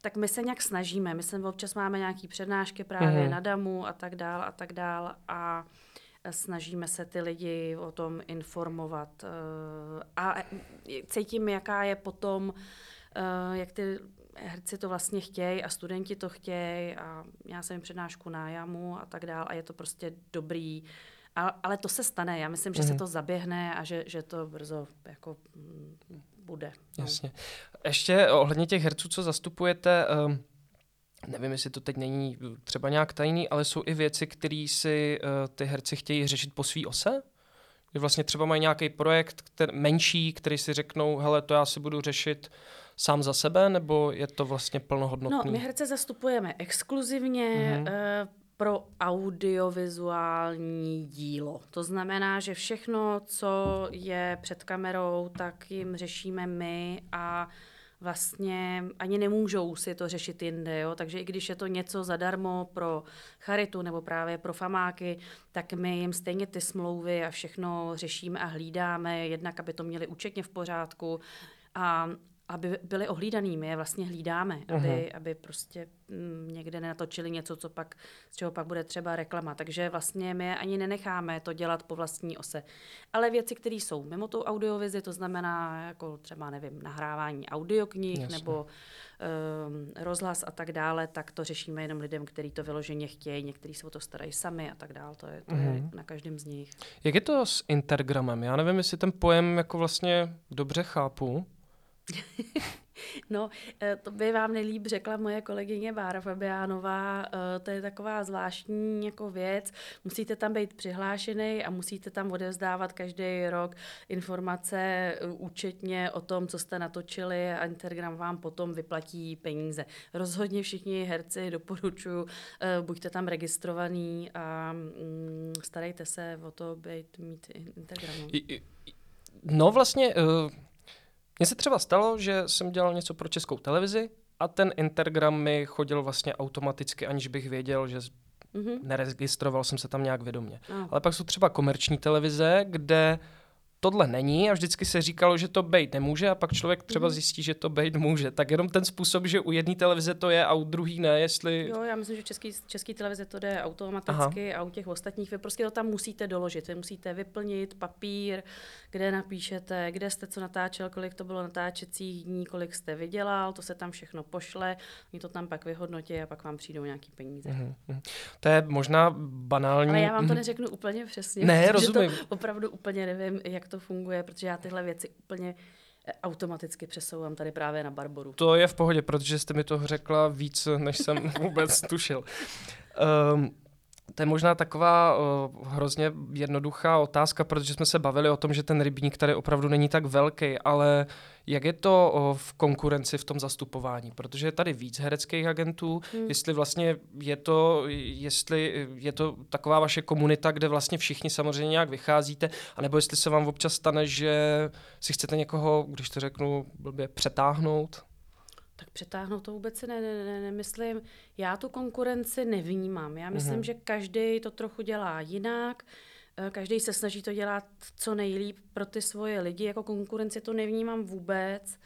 tak my se nějak snažíme. My se občas máme nějaké přednášky právě mm. na damu a tak dál a tak dál a snažíme se ty lidi o tom informovat. A cítím, jaká je potom, jak ty herci to vlastně chtějí a studenti to chtějí a já jsem jim přednášku na jamu a tak dál a je to prostě dobrý. A, ale to se stane. Já myslím, že mm. se to zaběhne a že, že to brzo jako mm, bude. No. Jasně. Ještě ohledně těch herců, co zastupujete, um, nevím, jestli to teď není třeba nějak tajný, ale jsou i věci, které si uh, ty herci chtějí řešit po svý ose? Kdy vlastně třeba mají nějaký projekt který, menší, který si řeknou, hele, to já si budu řešit sám za sebe, nebo je to vlastně plnohodnotný? No, my herce zastupujeme exkluzivně mm-hmm. uh, pro audiovizuální dílo. To znamená, že všechno, co je před kamerou, tak jim řešíme my a vlastně ani nemůžou si to řešit jinde. Jo? Takže i když je to něco zadarmo pro charitu nebo právě pro famáky, tak my jim stejně ty smlouvy a všechno řešíme a hlídáme, jednak aby to měli účetně v pořádku a aby byli ohlídaný, my je vlastně hlídáme, uh-huh. aby, aby prostě m, někde nenatočili něco, co pak, z čeho pak bude třeba reklama. Takže vlastně my je ani nenecháme to dělat po vlastní ose. Ale věci, které jsou mimo tu audiovizi, to znamená jako třeba, nevím, nahrávání audioknih Jasně. nebo um, rozhlas a tak dále, tak to řešíme jenom lidem, kteří to vyloženě chtějí, někteří se o to starají sami a tak dále. To je, to uh-huh. je na každém z nich. Jak je to s Intergramem? Já nevím, jestli ten pojem jako vlastně dobře chápu. No, to by vám nejlíp řekla moje kolegyně Bára Fabiánová. To je taková zvláštní jako věc. Musíte tam být přihlášený a musíte tam odevzdávat každý rok informace účetně o tom, co jste natočili a Intergram vám potom vyplatí peníze. Rozhodně všichni herci doporučuji, buďte tam registrovaný a starejte se o to, být mít Intergram. No vlastně... Uh... Mně se třeba stalo, že jsem dělal něco pro Českou televizi a ten Intergram mi chodil vlastně automaticky, aniž bych věděl, že mm-hmm. neregistroval jsem se tam nějak vědomě. Oh. Ale pak jsou třeba komerční televize, kde tohle není a vždycky se říkalo, že to bejt nemůže a pak člověk třeba zjistí, že to bejt může. Tak jenom ten způsob, že u jedné televize to je a u druhé ne, jestli... Jo, já myslím, že v český, český televize to jde automaticky Aha. a u těch ostatních vy prostě to tam musíte doložit. Vy musíte vyplnit papír, kde napíšete, kde jste co natáčel, kolik to bylo natáčecích dní, kolik jste vydělal, to se tam všechno pošle, oni to tam pak vyhodnotí a pak vám přijdou nějaký peníze. Mm-hmm. To je možná banální... Ale já vám to neřeknu úplně přesně. Ne, rozumím. To opravdu úplně nevím, jak to funguje, protože já tyhle věci úplně automaticky přesouvám tady právě na Barboru. To je v pohodě, protože jste mi to řekla víc, než jsem vůbec tušil. Um, to je možná taková uh, hrozně jednoduchá otázka, protože jsme se bavili o tom, že ten rybník tady opravdu není tak velký, ale jak je to uh, v konkurenci v tom zastupování? Protože je tady víc hereckých agentů, hmm. jestli vlastně je to, jestli je to taková vaše komunita, kde vlastně všichni samozřejmě nějak vycházíte, anebo jestli se vám občas stane, že si chcete někoho, když to řeknu blbě, přetáhnout? Tak přetáhnout to vůbec si ne, ne, ne, nemyslím. Já tu konkurenci nevnímám. Já myslím, mm. že každý to trochu dělá jinak. Každý se snaží to dělat co nejlíp pro ty svoje lidi. Jako konkurenci to nevnímám vůbec.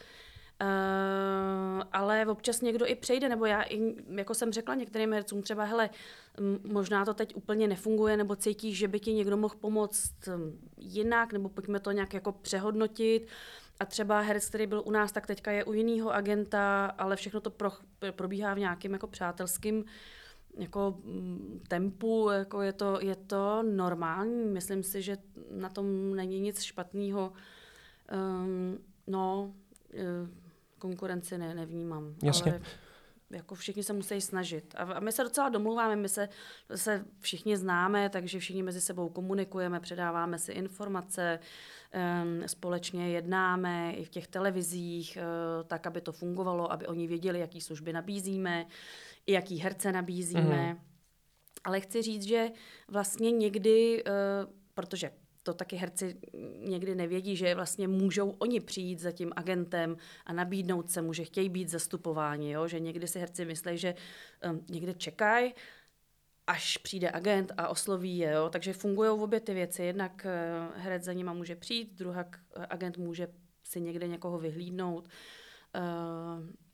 Uh, ale občas někdo i přejde, nebo já, i, jako jsem řekla některým hercům, třeba hele, možná to teď úplně nefunguje, nebo cítíš, že by ti někdo mohl pomoct jinak, nebo pojďme to nějak jako přehodnotit. A třeba herec, který byl u nás, tak teďka je u jiného agenta, ale všechno to pro, probíhá v nějakém jako přátelském jako tempu, jako je to, je to normální. Myslím si, že na tom není nic špatného. Um, no, konkurenci ne, nevnímám. Jasně. Ale jako všichni se musí snažit. A, a my se docela domluváme, my se, se všichni známe, takže všichni mezi sebou komunikujeme, předáváme si informace, um, společně jednáme i v těch televizích, uh, tak, aby to fungovalo, aby oni věděli, jaký služby nabízíme, i jaký herce nabízíme. Mm. Ale chci říct, že vlastně někdy, uh, protože to taky herci někdy nevědí, že vlastně můžou oni přijít za tím agentem a nabídnout se mu, že chtějí být zastupováni, jo? Že někdy si herci myslí, že um, někde čekají, až přijde agent a osloví je. Jo? Takže fungují obě ty věci. Jednak uh, herec za nima může přijít, druhá uh, agent může si někde někoho vyhlídnout. Uh,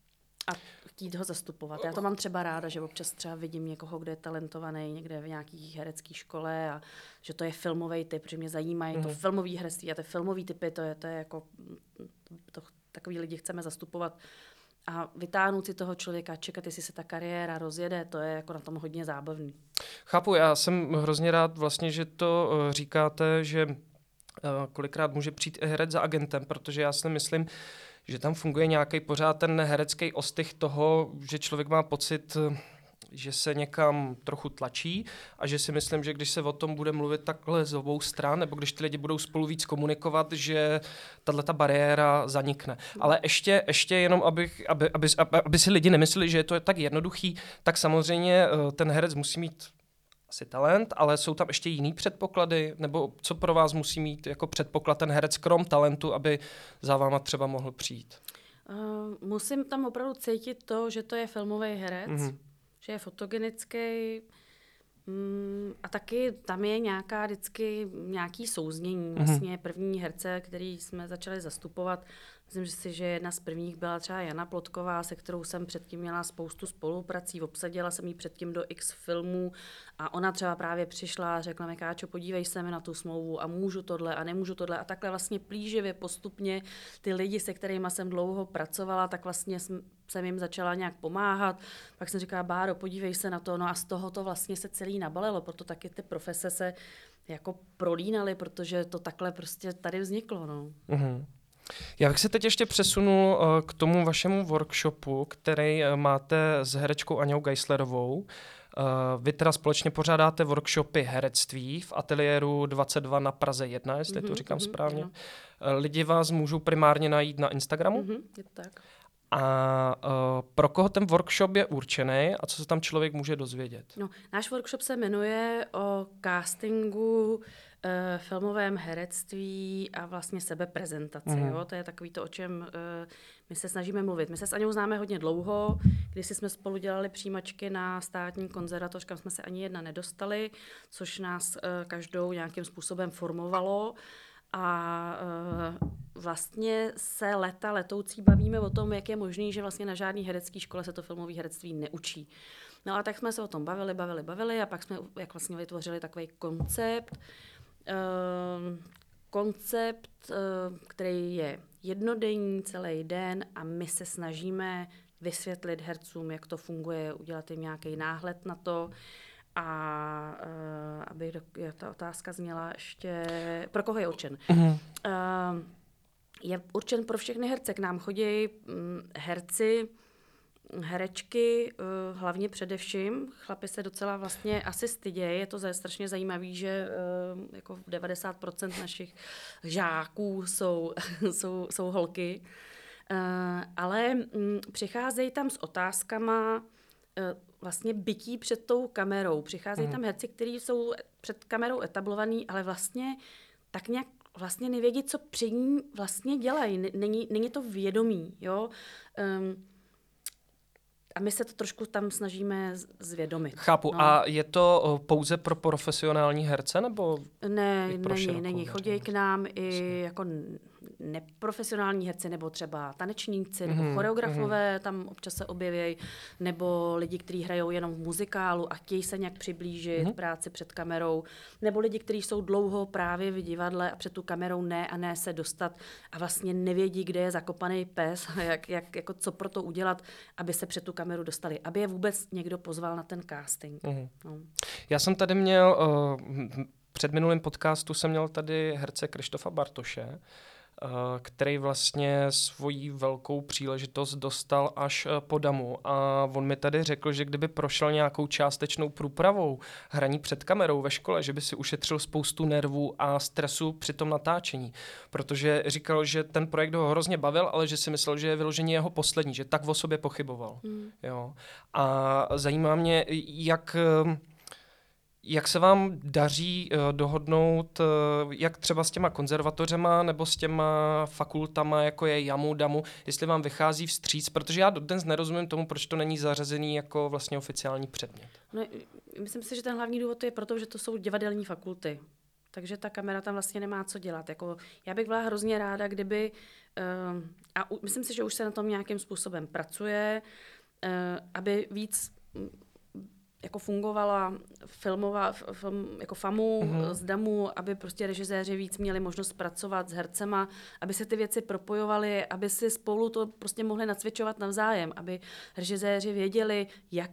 A chtít ho zastupovat. Já to mám třeba ráda, že občas třeba vidím někoho, kdo je talentovaný někde v nějaký herecké škole a že to je filmový typ, že mě zajímají mm. to filmový herectví a ty filmový typy, to je, to je jako, to, takový lidi chceme zastupovat. A vytáhnout si toho člověka, čekat, jestli se ta kariéra rozjede, to je jako na tom hodně zábavný. Chápu, já jsem hrozně rád vlastně, že to uh, říkáte, že uh, kolikrát může přijít i herec za agentem, protože já si myslím, že tam funguje nějaký pořád ten herecký ostych toho, že člověk má pocit, že se někam trochu tlačí a že si myslím, že když se o tom bude mluvit takhle z obou stran, nebo když ty lidi budou spolu víc komunikovat, že tato bariéra zanikne. Ale ještě, ještě jenom, abych, aby, aby, aby, aby si lidi nemysleli, že je to tak jednoduchý, tak samozřejmě ten herec musí mít asi talent, ale jsou tam ještě jiný předpoklady, nebo co pro vás musí mít jako předpoklad ten herec krom talentu, aby za váma třeba mohl přijít? Uh, musím tam opravdu cítit to, že to je filmový herec, mm-hmm. že je fotogenický mm, a taky tam je nějaká vždycky nějaký souznění. Mm-hmm. Vlastně první herce, který jsme začali zastupovat, myslím, že si, že jedna z prvních byla třeba Jana Plotková, se kterou jsem předtím měla spoustu spoluprací, obsadila jsem jí předtím do X filmů a ona třeba právě přišla a řekla mi, Káčo, podívej se mi na tu smlouvu a můžu tohle a nemůžu tohle a takhle vlastně plíživě postupně ty lidi, se kterými jsem dlouho pracovala, tak vlastně jsem jim začala nějak pomáhat. Pak jsem říkala, Báro, podívej se na to, no a z toho to vlastně se celý nabalilo, proto taky ty profese se jako prolínaly, protože to takhle prostě tady vzniklo, no. Mm-hmm. Já bych se teď ještě přesunul uh, k tomu vašemu workshopu, který uh, máte s herečkou Aňou Geislerovou. Uh, vy teda společně pořádáte workshopy herectví v ateliéru dvacet dva na Praze jedna, jestli mm-hmm, to říkám mm-hmm, správně. Uh, lidi vás můžou primárně najít na Instagramu. Mm-hmm, je to tak. A uh, pro koho ten workshop je určený a co se tam člověk může dozvědět? No, náš workshop se jmenuje o castingu, Uh, filmovém herectví a vlastně sebeprezentaci. Mm. Jo? To je takový to, o čem uh, my se snažíme mluvit. My se s Aňou známe hodně dlouho, když jsme spolu dělali přijímačky na státní konzervatoř, kam jsme se ani jedna nedostali, což nás uh, každou nějakým způsobem formovalo. A uh, vlastně se leta letoucí bavíme o tom, jak je možný, že vlastně na žádný herecké škole se to filmové herectví neučí. No a tak jsme se o tom bavili, bavili, bavili a pak jsme jak vlastně vytvořili takový koncept, Uh, koncept, uh, který je jednodenní, celý den a my se snažíme vysvětlit hercům, jak to funguje, udělat jim nějaký náhled na to a uh, aby do, ta otázka zněla ještě, pro koho je určen. Mm-hmm. Uh, je určen pro všechny herce. K nám chodí um, herci, herečky, uh, hlavně především. Chlapi se docela vlastně asi stydějí. Je to strašně zajímavé, že uh, jako devadesát procent našich žáků jsou, jsou, jsou holky. Uh, ale um, přicházejí tam s otázkama uh, vlastně bytí před tou kamerou. Přicházejí mm. tam herci, kteří jsou před kamerou etablovaní, ale vlastně tak nějak vlastně nevědí, co při ní vlastně dělají. Není, není to vědomí, jo. Um, A my se to trošku tam snažíme zvědomit. Chápu. No. A je to pouze pro profesionální herce, nebo ne, není, není. Chodí k nám i jako neprofesionální herci, nebo třeba tanečníci, nebo mm, choreografové, mm. tam občas se objeví, nebo lidi, kteří hrajou jenom v muzikálu a chtějí se nějak přiblížit mm. práci před kamerou, nebo lidi, kteří jsou dlouho právě v divadle a před tu kamerou ne a ne se dostat a vlastně nevědí, kde je zakopaný pes a jak, jak, jako co pro to udělat, aby se před tu kameru dostali, aby je vůbec někdo pozval na ten casting. Mm. No. Já jsem tady měl, uh, před minulým podcastu jsem měl tady herce Krištofa Bartoše, který vlastně svoji velkou příležitost dostal až po Damu. A on mi tady řekl, že kdyby prošel nějakou částečnou průpravou hraní před kamerou ve škole, že by si ušetřil spoustu nervů a stresu při tom natáčení. Protože říkal, že ten projekt ho hrozně bavil, ale že si myslel, že je vyloženě jeho poslední, že tak o sobě pochyboval. Mm. Jo. A zajímá mě, jak... Jak se vám daří uh, dohodnout, uh, jak třeba s těma konzervatořema nebo s těma fakultama, jako je JAMU, DAMU, jestli vám vychází vstříc, protože já dnes nerozumím tomu, proč to není zařazený jako vlastně oficiální předmět. No, myslím si, že ten hlavní důvod je proto, že to jsou divadelní fakulty. takže ta kamera tam vlastně nemá co dělat. Jako, já bych byla hrozně ráda, kdyby, uh, a u, myslím si, že už se na tom nějakým způsobem pracuje, uh, aby víc jako fungovala filmová, film, jako FAMu, mm-hmm. z DAMu, aby prostě režiséři víc měli možnost pracovat s hercema, aby se ty věci propojovaly, aby si spolu to prostě mohli nacvičovat navzájem, aby režiséři věděli, jak,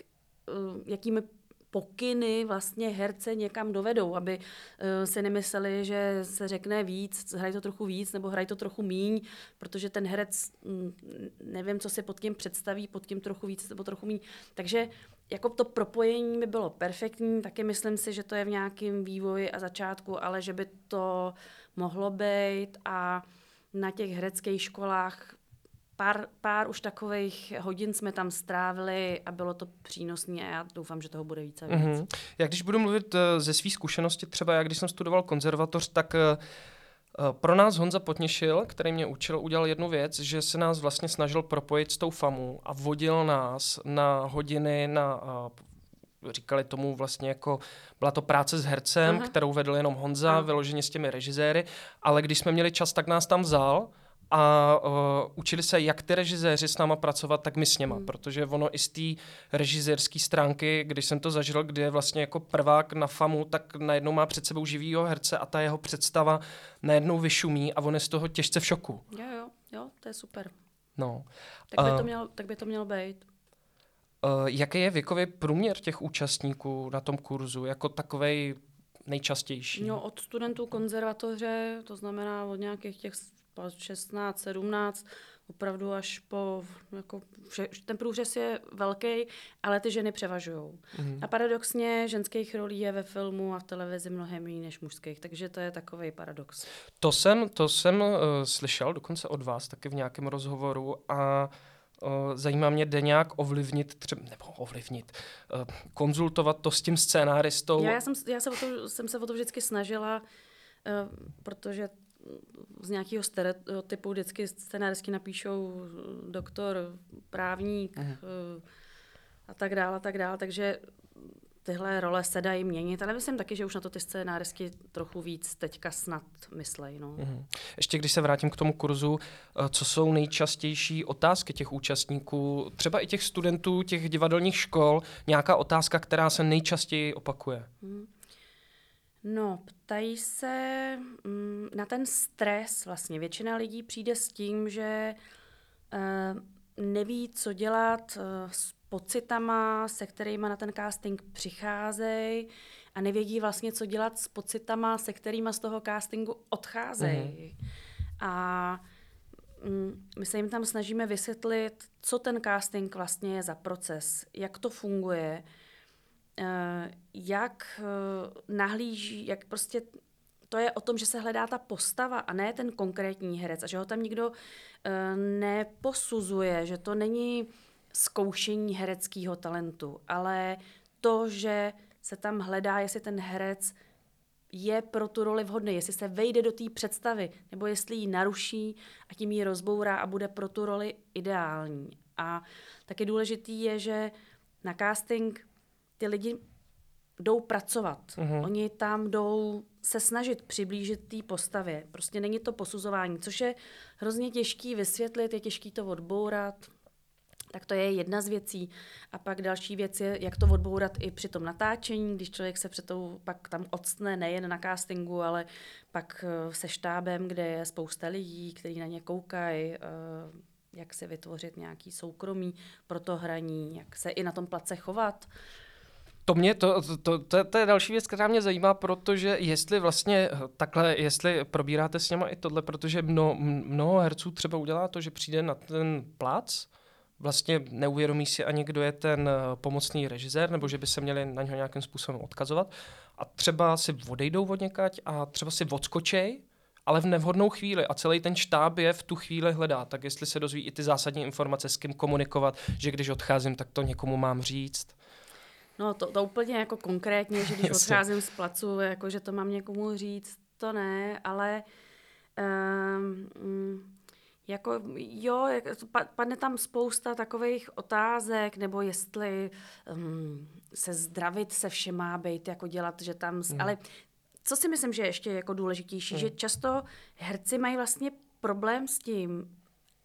jakými pokyny vlastně herce někam dovedou, aby uh, si nemysleli, že se řekne víc, hrají to trochu víc, nebo hrají to trochu míň, protože ten herec, mm, nevím, co si pod tím představí, pod tím trochu víc nebo trochu míň. Takže jako to propojení by bylo perfektní, taky myslím si, že to je v nějakém vývoji a začátku, ale že by to mohlo být a na těch hereckých školách Pár, pár už takových hodin jsme tam strávili a bylo to přínosné a já doufám, že toho bude více a víc. Mm-hmm. Já když budu mluvit uh, ze své zkušenosti, třeba já když jsem studoval konzervatoř, tak uh, pro nás Honza Potněšil, který mě učil, udělal jednu věc, že se nás vlastně snažil propojit s tou FAMu a vodil nás na hodiny na... Uh, říkali tomu vlastně jako, byla to práce s hercem, Aha. kterou vedl jenom Honza, Aha. vyloženě s těmi režiséry, ale když jsme měli čas, tak nás tam vzal a uh, učili se, jak ty režiséři s náma pracovat, tak my s něma, hmm. protože ono i z té režisérské stránky, když jsem to zažil, kdy je vlastně jako prvák na FAMu, tak najednou má před sebou živýho herce a ta jeho představa najednou vyšumí a on je z toho těžce v šoku. Jo, jo, jo, to je super. No. Tak by, uh, to, mělo, tak by to mělo být. Uh, jaký je věkový průměr těch účastníků na tom kurzu, jako takovej nejčastější? No, od studentů konzervatoře, to znamená od nějakých těch šestnáct, sedmnáct, opravdu až po, jako, vše, ten průřez je velký, ale ty ženy převažujou. Mm. A paradoxně ženských rolí je ve filmu a v televizi mnohem méně než mužských, takže to je takovej paradox. To jsem, to jsem uh, slyšel dokonce od vás taky v nějakém rozhovoru a uh, zajímá mě, jde nějak ovlivnit, třeba, nebo ovlivnit, uh, konzultovat to s tím scénáristou. Já, já, jsem, já se o to, jsem se o to vždycky snažila, uh, protože z nějakého stereotypu vždycky scenárisky napíšou doktor, právník uh-huh. a tak dále, a tak dále, takže tyhle role se dají měnit, ale myslím taky, že už na to ty scénáristky trochu víc teďka snad myslej. No. Uh-huh. Ještě když se vrátím k tomu kurzu, co jsou nejčastější otázky těch účastníků, třeba i těch studentů, těch divadelních škol, nějaká otázka, která se nejčastěji opakuje? Uh-huh. No, ptají se mm, na ten stres vlastně. Většina lidí přijde s tím, že uh, neví, co dělat uh, s pocitama, se kterými na ten casting přicházejí a nevědí vlastně, co dělat s pocitama, se kterými z toho castingu odcházejí. Mm. A mm, my se jim tam snažíme vysvětlit, co ten casting vlastně je za proces, jak to funguje, Uh, jak uh, nahlíží, jak prostě to je o tom, že se hledá ta postava a ne ten konkrétní herec a že ho tam nikdo uh, neposuzuje, že to není zkoušení hereckého talentu, ale to, že se tam hledá, jestli ten herec je pro tu roli vhodný, jestli se vejde do té představy, nebo jestli ji naruší a tím ji rozbourá a bude pro tu roli ideální. A taky důležitý je, že na casting ty lidi jdou pracovat. Uh-huh. Oni tam jdou se snažit přiblížit té postavě. Prostě není to posuzování, což je hrozně těžký vysvětlit, je těžký to odbourat. Tak to je jedna z věcí. A pak další věc je, jak to odbourat i při tom natáčení, když člověk se před tou pak tam odstne nejen na castingu, ale pak se štábem, kde je spousta lidí, kteří na ně koukají, jak se vytvořit nějaký soukromí pro to hraní, jak se i na tom place chovat. To mě, to, to, to, to je další věc, která mě zajímá, protože jestli vlastně takhle, jestli probíráte s něma i tohle, protože mno, mnoho herců třeba udělá to, že přijde na ten plac, vlastně neuvědomí si ani, kdo je ten pomocný režisér, nebo že by se měli na něho nějakým způsobem odkazovat a třeba si odejdou od někať a třeba si odskočej, ale v nevhodnou chvíli a celý ten štáb je v tu chvíli hledá, tak jestli se dozví i ty zásadní informace, s kým komunikovat, že když odcházím, tak to někomu mám říct. No to, to úplně jako konkrétně, že když odcházím z placu, jako že to mám někomu říct, to ne, ale um, jako jo, padne tam spousta takových otázek, nebo jestli um, se zdravit se všem má být, jako dělat, že tam, hmm. ale co si myslím, že je ještě jako důležitější, Hmm. že často herci mají vlastně problém s tím,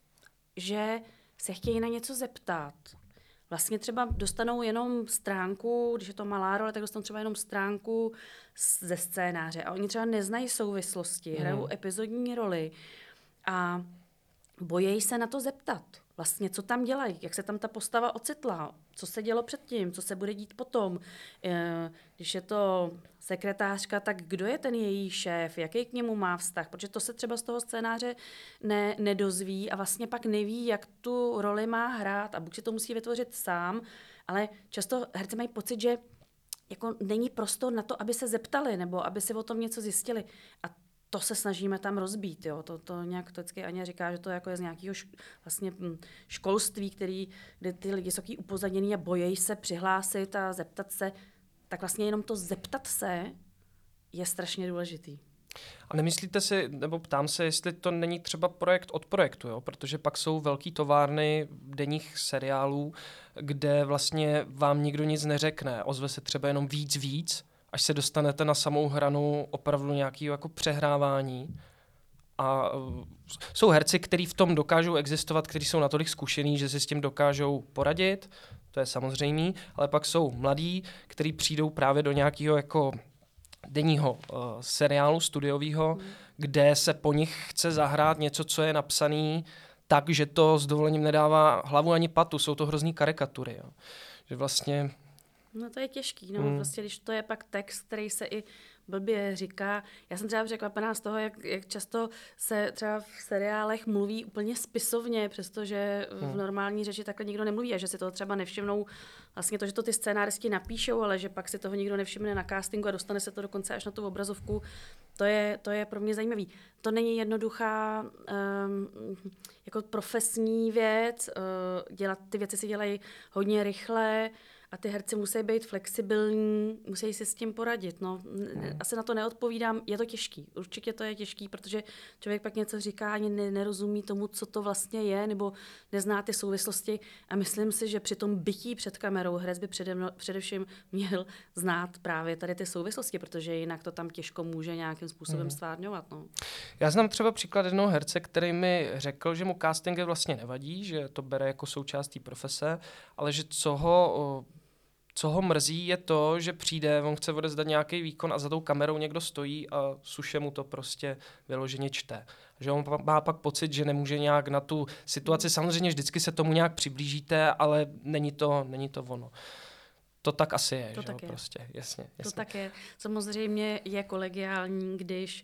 že se chtějí na něco zeptat. Vlastně třeba dostanou jenom stránku, když je to malá role, tak dostanou třeba jenom stránku ze scénáře a oni třeba neznají souvislosti, Hmm. hrajou epizodní roli a bojí se na to zeptat. Vlastně, co tam dělají, jak se tam ta postava ocitla, co se dělo předtím, co se bude dít potom. E, když je to sekretářka, tak kdo je ten její šéf, jaký k němu má vztah, protože to se třeba z toho scénáře ne, nedozví a vlastně pak neví, jak tu roli má hrát a buď si to musí vytvořit sám, ale často herci mají pocit, že jako není prostor na to, aby se zeptali nebo aby si o tom něco zjistili. A to se snažíme tam rozbít. Jo. To, to nějak to vždycky Aně říká, že to jako je z nějakého š, vlastně školství, který, kde ty lidi jsou upozaděný a bojí se přihlásit a zeptat se. Tak vlastně jenom to zeptat se je strašně důležitý. A nemyslíte si, nebo ptám se, jestli to není třeba projekt od projektu, jo? Protože pak jsou velký továrny denních seriálů, kde vlastně vám nikdo nic neřekne. Ozve se třeba jenom víc víc, až se dostanete na samou hranu opravdu nějakého jako přehrávání. A uh, jsou herci, kteří v tom dokážou existovat, kteří jsou natolik zkušení, že si s tím dokážou poradit, to je samozřejmé, ale pak jsou mladí, kteří přijdou právě do nějakého jako denního uh, seriálu studiového, hmm. kde se po nich chce zahrát něco, co je napsané tak, že to s dovolením nedává hlavu ani patu. Jsou to hrozný karikatury. Jo. Že vlastně... No to je těžký, no. Hmm. Prostě když to je pak text, který se i blbě říká. Já jsem třeba překvapená z toho, jak, jak často se třeba v seriálech mluví úplně spisovně, přestože v normální řeči takhle nikdo nemluví a že si toho třeba nevšimnou. Vlastně to, že to ty scénáristi napíšou, ale že pak si toho nikdo nevšimne na castingu a dostane se to dokonce až na tu obrazovku, to je, to je pro mě zajímavý. To není jednoduchá um, jako profesní věc, uh, dělat, ty věci se dělají hodně rychle, a ty herci musí být flexibilní, musí si s tím poradit. No, asi na to neodpovídám, je to těžký. Určitě to je těžký, protože člověk pak něco říká, ani nerozumí tomu, co to vlastně je, nebo nezná ty souvislosti. A myslím si, že při tom bytí před kamerou herec by předem, především měl znát právě tady ty souvislosti, protože jinak to tam těžko může nějakým způsobem hmm. stvárňovat. No. Já znám třeba příklad jednoho herce, který mi řekl, že mu castingy vlastně nevadí, že to bere jako součást té profese, ale že co ho... Co ho mrzí, je to, že přijde, on chce odevzdat nějaký výkon a za tou kamerou někdo stojí a suše mu to prostě vyloženě čte. Že on má pak pocit, že nemůže nějak na tu situaci, samozřejmě vždycky se tomu nějak přiblížíte, ale není to, není to ono. To tak asi je, to že tak jo? je. Prostě, jasně, jasně. To tak je. Samozřejmě je kolegiální, když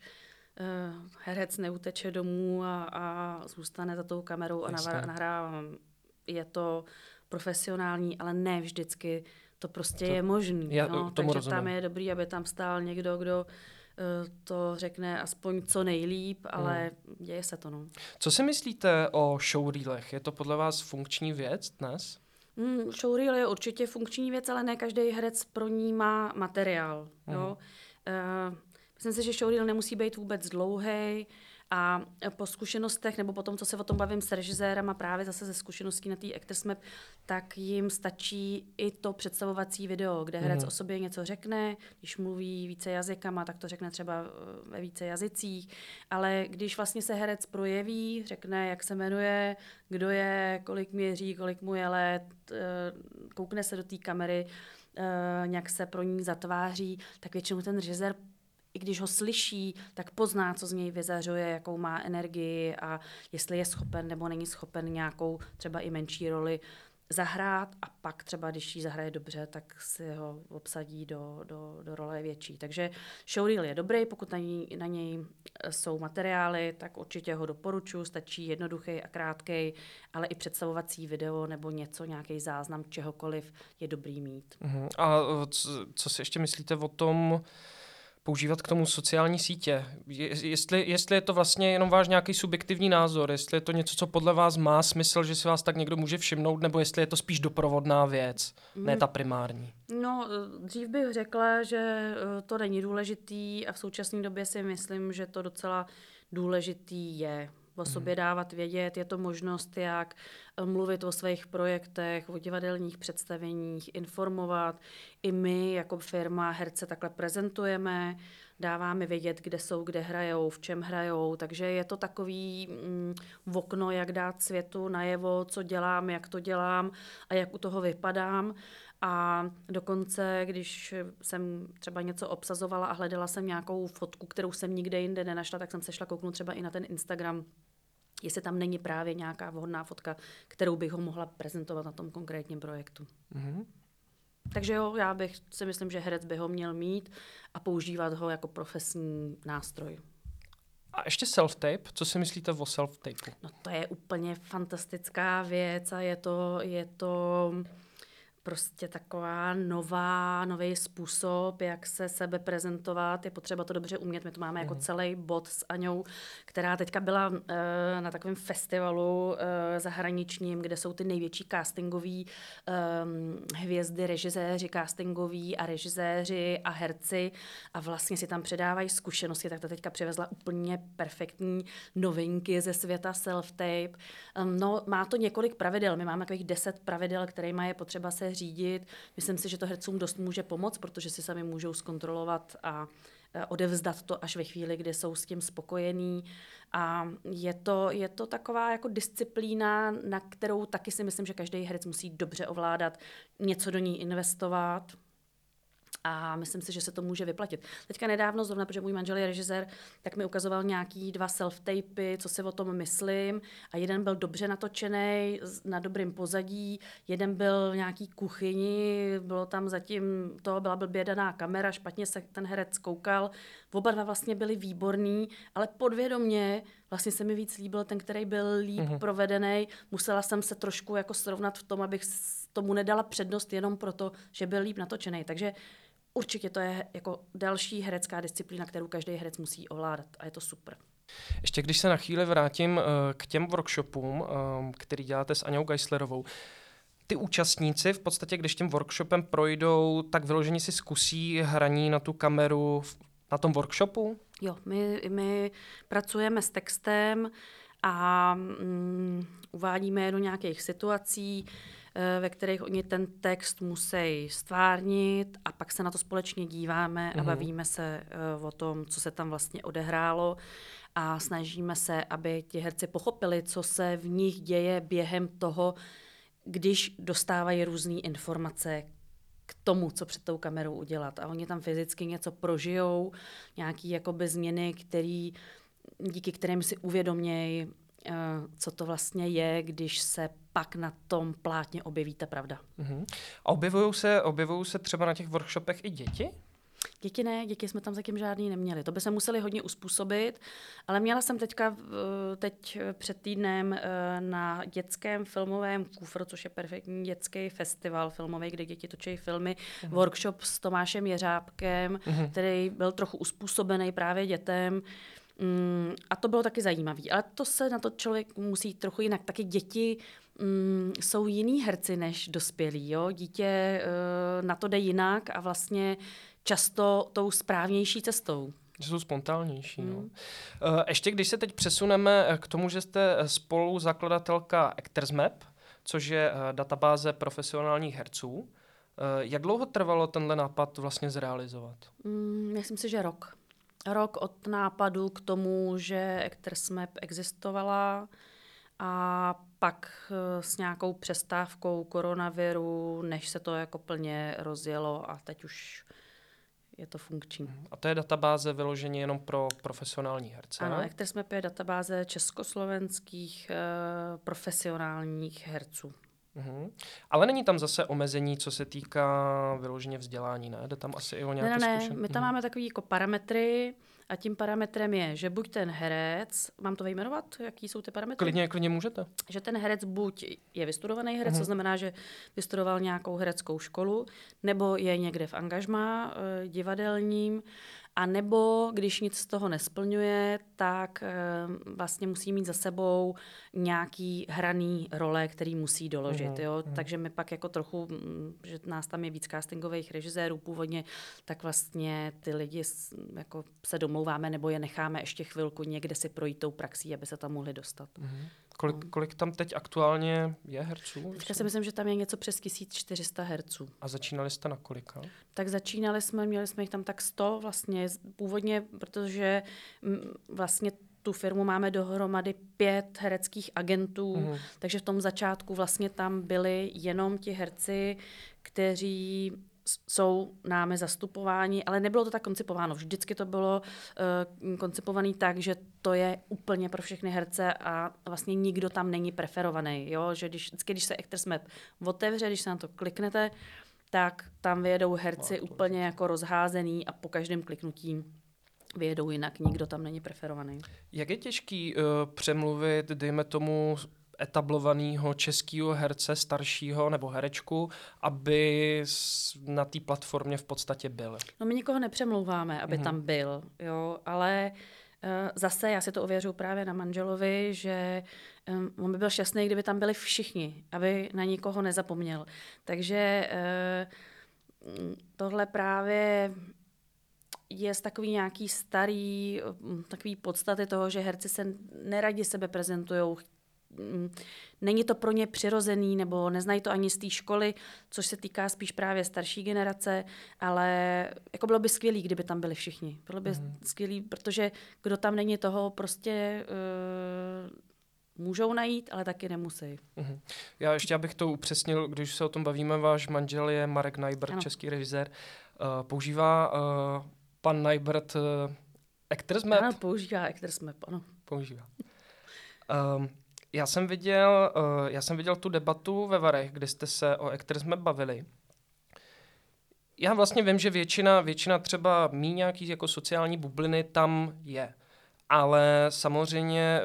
uh, herec neuteče domů a, a zůstane za tou kamerou a nahrává. Je to profesionální, ale ne vždycky to prostě to, je možný. Já, no, takže rozumím. Tam je dobrý, aby tam stál někdo, kdo uh, to řekne aspoň co nejlíp, ale hmm. děje se to. No. Co si myslíte o showreelech? Je to podle vás funkční věc dnes? Hmm, showreel je určitě funkční věc, ale ne každý herec pro ní má materiál. Hmm. Jo? Uh, myslím si, že showreel nemusí být vůbec dlouhý. A po zkušenostech, nebo po tom, co se o tom bavím s režisérem a právě zase ze zkušeností na té Actors Map, tak jim stačí i to představovací video, kde herec mm. o sobě něco řekne, když mluví více jazykama, tak to řekne třeba ve více jazycích, ale když vlastně se herec projeví, řekne, jak se jmenuje, kdo je, kolik měří, kolik mu je let, koukne se do té kamery, nějak se pro ní zatváří, tak většinou ten režisér, i když ho slyší, tak pozná, co z něj vyzařuje, jakou má energii a jestli je schopen nebo není schopen nějakou třeba i menší roli zahrát a pak třeba, když ji zahraje dobře, tak si ho obsadí do, do, do role větší. Takže showreel je dobrý, pokud na něj, na něj jsou materiály, tak určitě ho doporučuji, stačí jednoduchý a krátkej, ale i představovací video nebo něco, nějaký záznam čehokoliv je dobrý mít. Uh-huh. A co, co si ještě myslíte o tom, používat k tomu sociální sítě? Je, jestli, jestli je to vlastně jenom váš nějaký subjektivní názor, jestli je to něco, co podle vás má smysl, že si vás tak někdo může všimnout, nebo jestli je to spíš doprovodná věc, mm. ne ta primární? No, dřív bych řekla, že to není důležitý a v současné době si myslím, že to docela důležitý je. O sobě dávat vědět, je to možnost, jak mluvit o svých projektech, o divadelních představeních, informovat. I my jako firma herce takhle prezentujeme, dáváme vědět, kde jsou, kde hrajou, v čem hrajou, takže je to takový mm, okno, jak dát světu najevo, co dělám, jak to dělám a jak u toho vypadám. A dokonce, když jsem třeba něco obsazovala a hledala jsem nějakou fotku, kterou jsem nikde jinde nenašla, tak jsem se šla kouknout třeba i na ten Instagram, jestli tam není právě nějaká vhodná fotka, kterou bych ho mohla prezentovat na tom konkrétním projektu. Mm-hmm. Takže jo, já bych si myslím, že herec by ho měl mít a používat ho jako profesní nástroj. A ještě self-tape, co si myslíte o self-tapeu? No to je úplně fantastická věc a je to, je to prostě taková nová, nový způsob, jak se sebe prezentovat. Je potřeba to dobře umět. My to máme mm. jako celý bod s Aňou, která teďka byla uh, na takovém festivalu uh, zahraničním, kde jsou ty největší castingoví um, hvězdy, režiséři castingoví a režiséři a herci a vlastně si tam předávají zkušenosti. Tak to teďka přivezla úplně perfektní novinky ze světa self-tape. Um, no, má to několik pravidel. My máme takových deset pravidel, kterými je potřeba se řídit. Myslím si, že to hercům dost může pomoct, protože si sami můžou zkontrolovat a odevzdat to až ve chvíli, kdy jsou s tím spokojení. A je to, je to taková jako disciplína, na kterou taky si myslím, že každý herec musí dobře ovládat, něco do ní investovat. A myslím si, že se to může vyplatit. Teďka nedávno, zrovna, protože můj manžel je režisér, tak mi ukazoval nějaký dva self-tapy, co si o tom myslím. A jeden byl dobře natočený, na dobrým pozadí, jeden byl v nějaký kuchyni, bylo tam zatím, to byla blbě daná kamera, špatně se ten herec koukal. Oba dva vlastně byli výborný, ale podvědomě vlastně se mi víc líbil ten, který byl líp mm-hmm. provedený. Musela jsem se trošku jako srovnat v tom, abych tomu nedala přednost jenom proto, že byl líp natočený. Takže určitě to je jako další herecká disciplína, kterou každý herec musí ovládat a je to super. Ještě když se na chvíli vrátím uh, k těm workshopům, uh, který děláte s Aňou Geislerovou, ty účastníci v podstatě, když tím workshopem projdou, tak vyloženě si zkusí hraní na tu kameru na tom workshopu? Jo, my, my pracujeme s textem a mm, uvádíme je do nějakých situací, ve kterých oni ten text musí stvárnit a pak se na to společně díváme a bavíme se uh, o tom, co se tam vlastně odehrálo a snažíme se, aby ti herci pochopili, co se v nich děje během toho, když dostávají různé informace k tomu, co před tou kamerou udělat. A oni tam fyzicky něco prožijou, nějaké jakoby změny, který, díky kterým si uvědomějí, co to vlastně je, když se pak na tom plátně objeví ta pravda. Uh-huh. A objevují se, objevují se třeba na těch workshopech i děti? Děti ne, děti jsme tam zatím žádný neměli. To by se museli hodně uspůsobit, ale měla jsem teďka teď před týdnem na dětském filmovém kufru, což je perfektní dětský festival filmový, kde děti točí filmy, uh-huh. workshop s Tomášem Jeřábkem, uh-huh. který byl trochu uspůsobený právě dětem. Mm, a to bylo taky zajímavé. Ale to se na to člověk musí trochu jinak. Taky děti mm, jsou jiný herci než dospělí. Jo? Dítě uh, na to jde jinak a vlastně často tou správnější cestou. Že jsou spontánnější. Hmm. No. Uh, ještě když se teď přesuneme k tomu, že jste spoluzakladatelka Actors Map, což je uh, databáze profesionálních herců. Uh, jak dlouho trvalo tenhle nápad vlastně zrealizovat? Mm, myslím si, že rok. Rok od nápadu k tomu, že Actors Map existovala a pak s nějakou přestávkou koronaviru, než se to jako plně rozjelo a teď už je to funkční. A to je databáze vyloženě jenom pro profesionální herce? Ano, Actors Map je databáze československých uh, profesionálních herců. Uhum. Ale není tam zase omezení, co se týká vyloženě vzdělání, ne? Jde tam asi i o nějaké zkušenosti? Ne, ne, zkušen... my tam máme takový jako parametry a tím parametrem je, že buď ten herec, mám to vyjmenovat, jaký jsou ty parametry? Klidně, klidně můžete. Že ten herec buď je vystudovaný herec, uhum. to znamená, že vystudoval nějakou hereckou školu, nebo je někde v angažmá e, divadelním, a nebo když nic z toho nesplňuje, tak e, vlastně musí mít za sebou nějaký hraný role, který musí doložit. Mm, jo? Mm. Takže my pak jako trochu, že nás tam je víc castingových režisérů původně, tak vlastně ty lidi jako se domlouváme nebo je necháme ještě chvilku někde si projít tou praxí, aby se tam mohli dostat. Mm. Kolik, kolik tam teď aktuálně je herců? Teďka si myslím, že tam je něco přes tisíc čtyři sta herců. A začínali jste na kolika? Tak začínali jsme, měli jsme jich tam tak sto vlastně je původně, protože vlastně tu firmu máme dohromady pět hereckých agentů, mm. takže v tom začátku vlastně tam byli jenom ti herci, kteří jsou námi zastupováni, ale nebylo to tak koncipováno. Vždycky to bylo uh, koncipované tak, že to je úplně pro všechny herce a vlastně nikdo tam není preferovaný. Jo? Že když, vždycky, když se Actors Map otevře, když se na to kliknete, tak tam vyjedou herci no, úplně jako rozházený a po každém kliknutí vyjedou jinak, nikdo tam není preferovaný. Jak je těžký uh, přemluvit, dejme tomu, etablovaného českého herce, staršího nebo herečku, aby na té platformě v podstatě byl? No my nikoho nepřemlouváme, aby mm-hmm. tam byl, jo, ale uh, zase já si to ověřuju právě na manželovi, že um, on by byl šťastný, kdyby tam byli všichni, aby na nikoho nezapomněl. Takže uh, tohle právě je z takový nějaký starý, takový podstaty toho, že herci se neradi sebe prezentujou. Není to pro ně přirozený, nebo neznají to ani z té školy, což se týká spíš právě starší generace, ale jako bylo by skvělý, kdyby tam byli všichni. Bylo by mm. skvělý, protože kdo tam není, toho prostě uh, můžou najít, ale taky nemusí. Mm. Já ještě, abych to upřesnil, když se o tom bavíme, váš manžel je Marek Najbrt, český režisér. Uh, používá uh, pan Najbrt uh, Actors Map? Ano, používá Actors Map, ano. Používá. Um, Já jsem viděl, uh, já jsem viděl tu debatu ve Varech, kdy jste se o Actors Map bavili. Já vlastně vím, že většina, většina třeba mí nějaký jako sociální bubliny tam je. Ale samozřejmě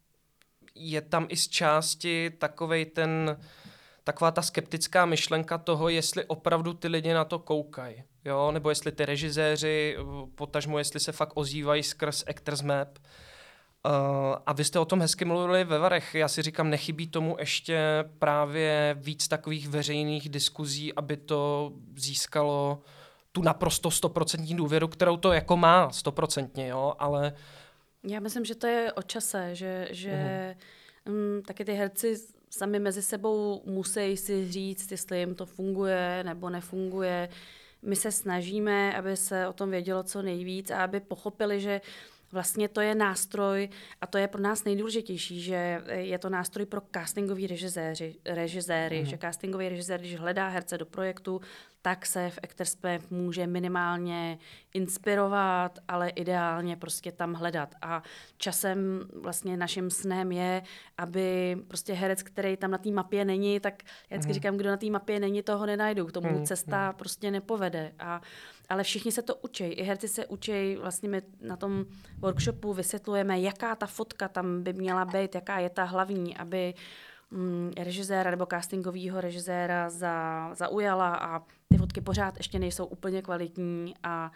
je tam i z části takovej ten, taková ta skeptická myšlenka toho, jestli opravdu ty lidi na to koukají. Jo? Nebo jestli ty režiséři, potažmo jestli se fakt ozývají skrz Actors Map. Uh, a vy jste o tom hezky mluvili ve Varech. Já si říkám, nechybí tomu ještě právě víc takových veřejných diskuzí, aby to získalo tu naprosto stoprocentní důvěru, kterou to jako má stoprocentně, jo, ale... Já myslím, že to je o čase, že, že uh-huh. um, taky ty herci sami mezi sebou musí si říct, jestli jim to funguje nebo nefunguje. My se snažíme, aby se o tom vědělo co nejvíc a aby pochopili, že vlastně to je nástroj a to je pro nás nejdůležitější, že je to nástroj pro castingový režiséři, režiséry, mm. že castingový režisér, když hledá herce do projektu, tak se v Actors Map může minimálně inspirovat, ale ideálně prostě tam hledat. A časem vlastně naším snem je, aby prostě herec, který tam na té mapě není, tak já vždycky mm. říkám, kdo na té mapě není, toho nenajdou. K tomu mm. cesta mm. prostě nepovede. A, ale všichni se to učí. I herci se učí. Vlastně my na tom workshopu vysvětlujeme, jaká ta fotka tam by měla být, jaká je ta hlavní, aby režiséra nebo castingovýho režiséra za, zaujala a ty fotky pořád ještě nejsou úplně kvalitní a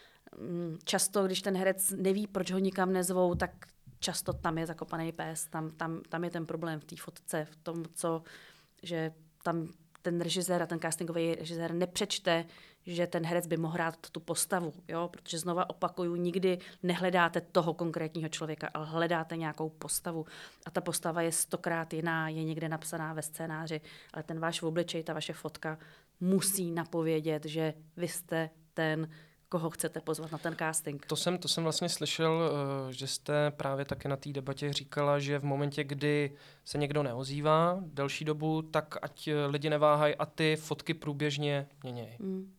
často, když ten herec neví, proč ho nikam nezvou, tak často tam je zakopaný pes, tam, tam, tam je ten problém v té fotce, v tom, co, že tam ten režisér a ten castingový režisér nepřečte, že ten herec by mohl hrát tu postavu, jo? Protože znova opakuju, nikdy nehledáte toho konkrétního člověka, ale hledáte nějakou postavu a ta postava je stokrát jiná, je někde napsaná ve scénáři, ale ten váš obličej, ta vaše fotka musí napovědět, že vy jste ten, koho chcete pozvat na ten casting. To jsem, to jsem vlastně slyšel, že jste právě taky na té debatě říkala, že v momentě, kdy se někdo neozývá delší dobu, tak ať lidi neváhají a ty fotky průběžně měnějí. Mm.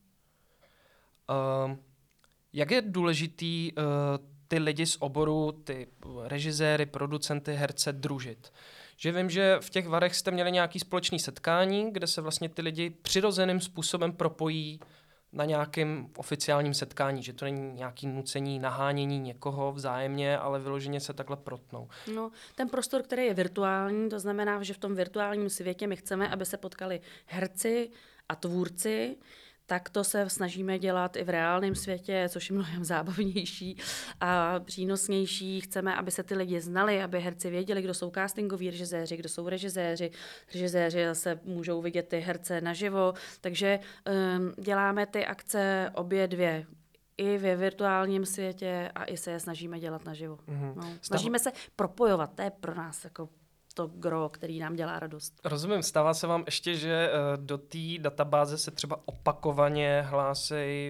Uh, jak je důležitý uh, ty lidi z oboru, ty režiséry, producenty, herce družit? Že vím, že v těch Varech jste měli nějaké společné setkání, kde se vlastně ty lidi přirozeným způsobem propojí na nějakém oficiálním setkání, že to není nějaké nucení, nahánění někoho vzájemně, ale vyloženě se takhle protnou. No, ten prostor, který je virtuální, to znamená, že v tom virtuálním světě my chceme, aby se potkali herci a tvůrci, tak to se snažíme dělat i v reálném světě, což je mnohem zábavnější a přínosnější. Chceme, aby se ty lidi znali, aby herci věděli, kdo jsou castingoví režiséři, kdo jsou režiséři. Režiséři zase můžou vidět ty herce naživo. Takže um, děláme ty akce obě dvě. I ve virtuálním světě a i se je snažíme dělat naživo. Mm-hmm. No, snažíme se propojovat, to je pro nás jako to gro, který nám dělá radost. Rozumím, stává se vám ještě, že uh, do té databáze se třeba opakovaně hlásí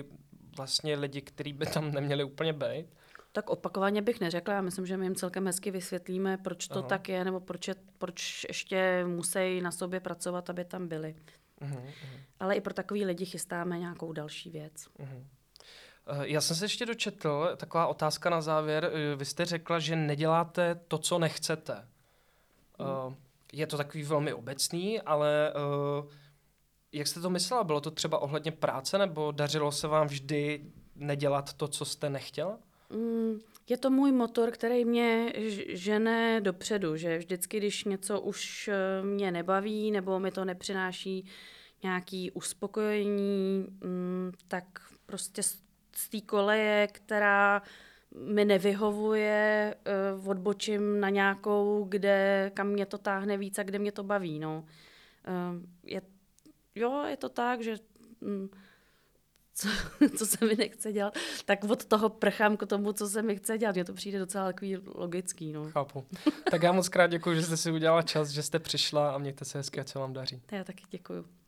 vlastně lidi, kteří by tam neměli úplně být? Tak opakovaně bych neřekla, já myslím, že my jim celkem hezky vysvětlíme, proč to Aha. tak je, nebo proč, je, proč ještě musí na sobě pracovat, aby tam byli. Uh-huh, uh-huh. Ale i pro takový lidi chystáme nějakou další věc. Uh-huh. Já jsem se ještě dočetl, taková otázka na závěr. Vy jste řekla, že neděláte to, co nechcete. Hmm. Je to takový velmi obecný, ale jak jste to myslela? Bylo to třeba ohledně práce, nebo dařilo se vám vždy nedělat to, co jste nechtěla? Je to můj motor, který mě žene dopředu, že vždycky, když něco už mě nebaví, nebo mi to nepřináší nějaké uspokojení, tak prostě z té koleje, která mi nevyhovuje, odbočím na nějakou, kde, kam mě to táhne víc a kde mě to baví. No. Je, jo, je to tak, že co, co se mi nechce dělat, tak od toho prchám k tomu, co se mi chce dělat. Mně to přijde docela takový logický. No. Chápu. Tak já moc krát děkuji, že jste si udělala čas, že jste přišla a mějte se hezky, ať se vám daří. Já taky děkuju.